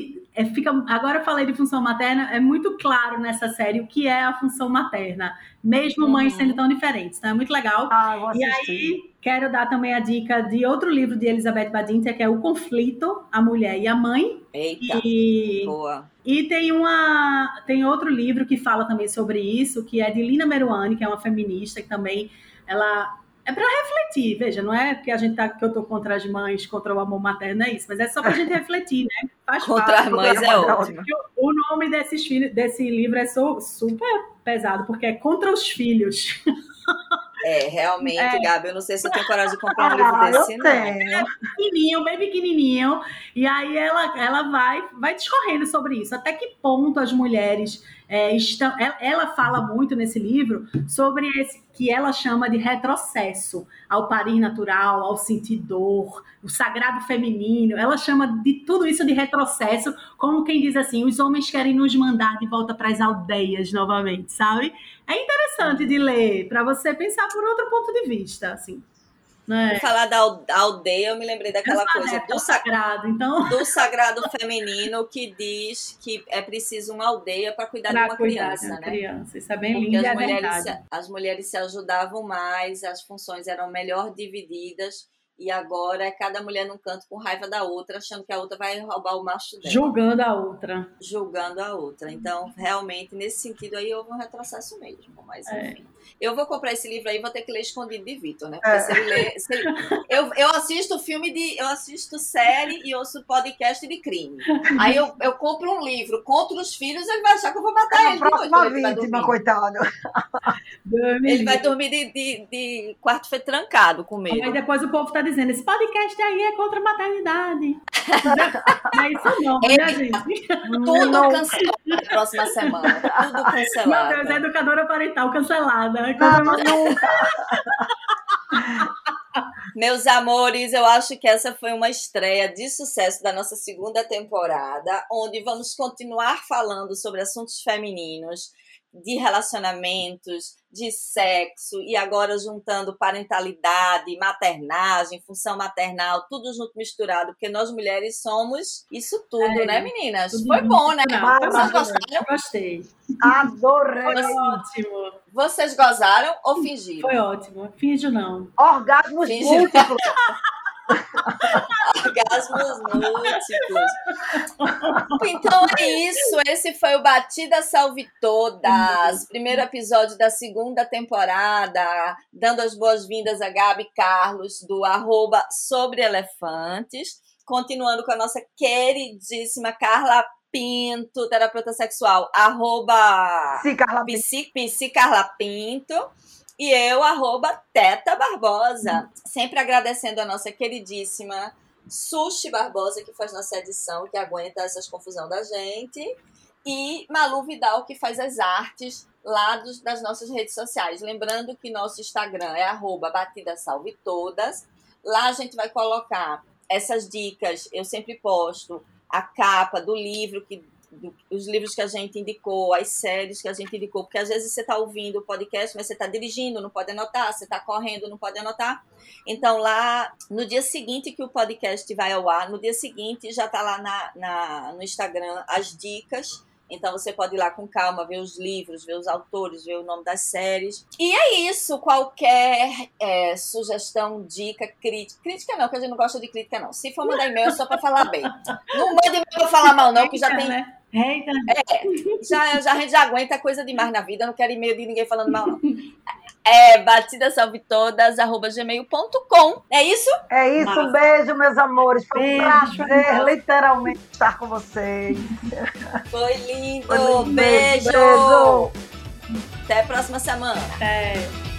Agora eu falei de função materna, é muito claro nessa série o que é a função materna, mesmo mães sendo tão diferentes, então é muito legal. E aí quero dar também a dica de outro livro de Elizabeth Badinter, que é O Conflito, a Mulher e a Mãe. Eita, boa. E tem outro livro que fala também sobre isso, que é de Lina Meruane, que é uma feminista, que também ela... É para refletir, veja, não é porque que eu tô contra as mães, contra o amor materno, é isso, mas é só pra gente refletir, né? Faz contra as mães é ótimo. O nome desse livro é super pesado, porque é contra os filhos. Realmente, Gabi, eu não sei se eu tenho coragem de comprar um livro desse, não. É pequenininho, bem pequenininho, e aí ela vai discorrendo sobre isso, até que ponto as mulheres Ela fala muito nesse livro sobre esse que ela chama de retrocesso ao parir natural, ao sentir dor, o sagrado feminino. Ela chama de tudo isso de retrocesso, como quem diz assim, os homens querem nos mandar de volta para as aldeias novamente, sabe? É interessante de ler, para você pensar por outro ponto de vista, assim. Por falar da aldeia, eu me lembrei daquela coisa do sagrado, então. Do sagrado feminino que diz que é preciso uma aldeia para cuidar de uma criança, né? Criança. Isso é bem lindo, é verdade. As mulheres se ajudavam mais, as funções eram melhor divididas. E agora é cada mulher num canto com raiva da outra, achando que a outra vai roubar o macho dela. Julgando a outra. Julgando a outra. Então, realmente, nesse sentido aí, houve um retrocesso mesmo. Mas, enfim. Eu vou comprar esse livro aí, vou ter que ler escondido de Vitor, né? Porque se ele ler... Eu assisto eu assisto série e ouço podcast de crime. Aí eu compro um livro contra os filhos, ele vai achar que eu vou matar ele de noite. Próxima vítima, coitado. Ele vai dormir de quarto trancado com medo. Aí depois o povo tá dizendo, esse podcast aí é contra a maternidade. Não é isso não, né, gente? Tudo cancelado na próxima semana. Tudo cancelado. Meu Deus, é educadora parental cancelada. Nunca. Meus amores, eu acho que essa foi uma estreia de sucesso da nossa segunda temporada, onde vamos continuar falando sobre assuntos femininos, de relacionamentos, de sexo, e agora juntando parentalidade, maternagem, função maternal, tudo junto misturado, porque nós mulheres somos isso tudo, né, meninas? Foi bom, né? Vocês gostaram? Gostei. Adorei. Foi ótimo. Vocês gozaram ou fingiram? Foi ótimo. Finjo não. Orgasmos múltiplos. Orgasmos múltiplos. Então é isso. Esse foi o Batida Salve Todas. Primeiro episódio da segunda temporada. Dando as boas-vindas a Gabi Carlos, do @sobreelefantes. Continuando com a nossa queridíssima Carla Pinto, terapeuta sexual, @psicarlapinto. E eu, @Teta Barbosa. Sempre agradecendo a nossa queridíssima Sushi Barbosa, que faz nossa edição, que aguenta essas confusão da gente. E Malu Vidal, que faz as artes lá das nossas redes sociais. Lembrando que nosso Instagram é @BatidaSalveTodas. Lá a gente vai colocar essas dicas. Eu sempre posto a capa do livro, os livros que a gente indicou, as séries que a gente indicou, porque às vezes você está ouvindo o podcast, mas você está dirigindo, não pode anotar, você está correndo, não pode anotar. Então lá, no dia seguinte que o podcast vai ao ar, no dia seguinte já está lá no Instagram as dicas. Então você pode ir lá com calma, ver os livros, ver os autores, ver o nome das séries. E é isso, qualquer sugestão, dica, crítica não, que a gente não gosta de crítica não. Se for mandar e-mail é só para falar bem. Não manda e-mail para falar mal não, que já tem... Né? A gente já aguenta coisa demais na vida, eu não quero e-mail de ninguém falando mal não. batidasalvetodas@gmail.com. É isso? É isso, um beijo, meus amores. Foi um prazer, literalmente, estar com vocês. Foi lindo. Beijo. Até a próxima semana. Até.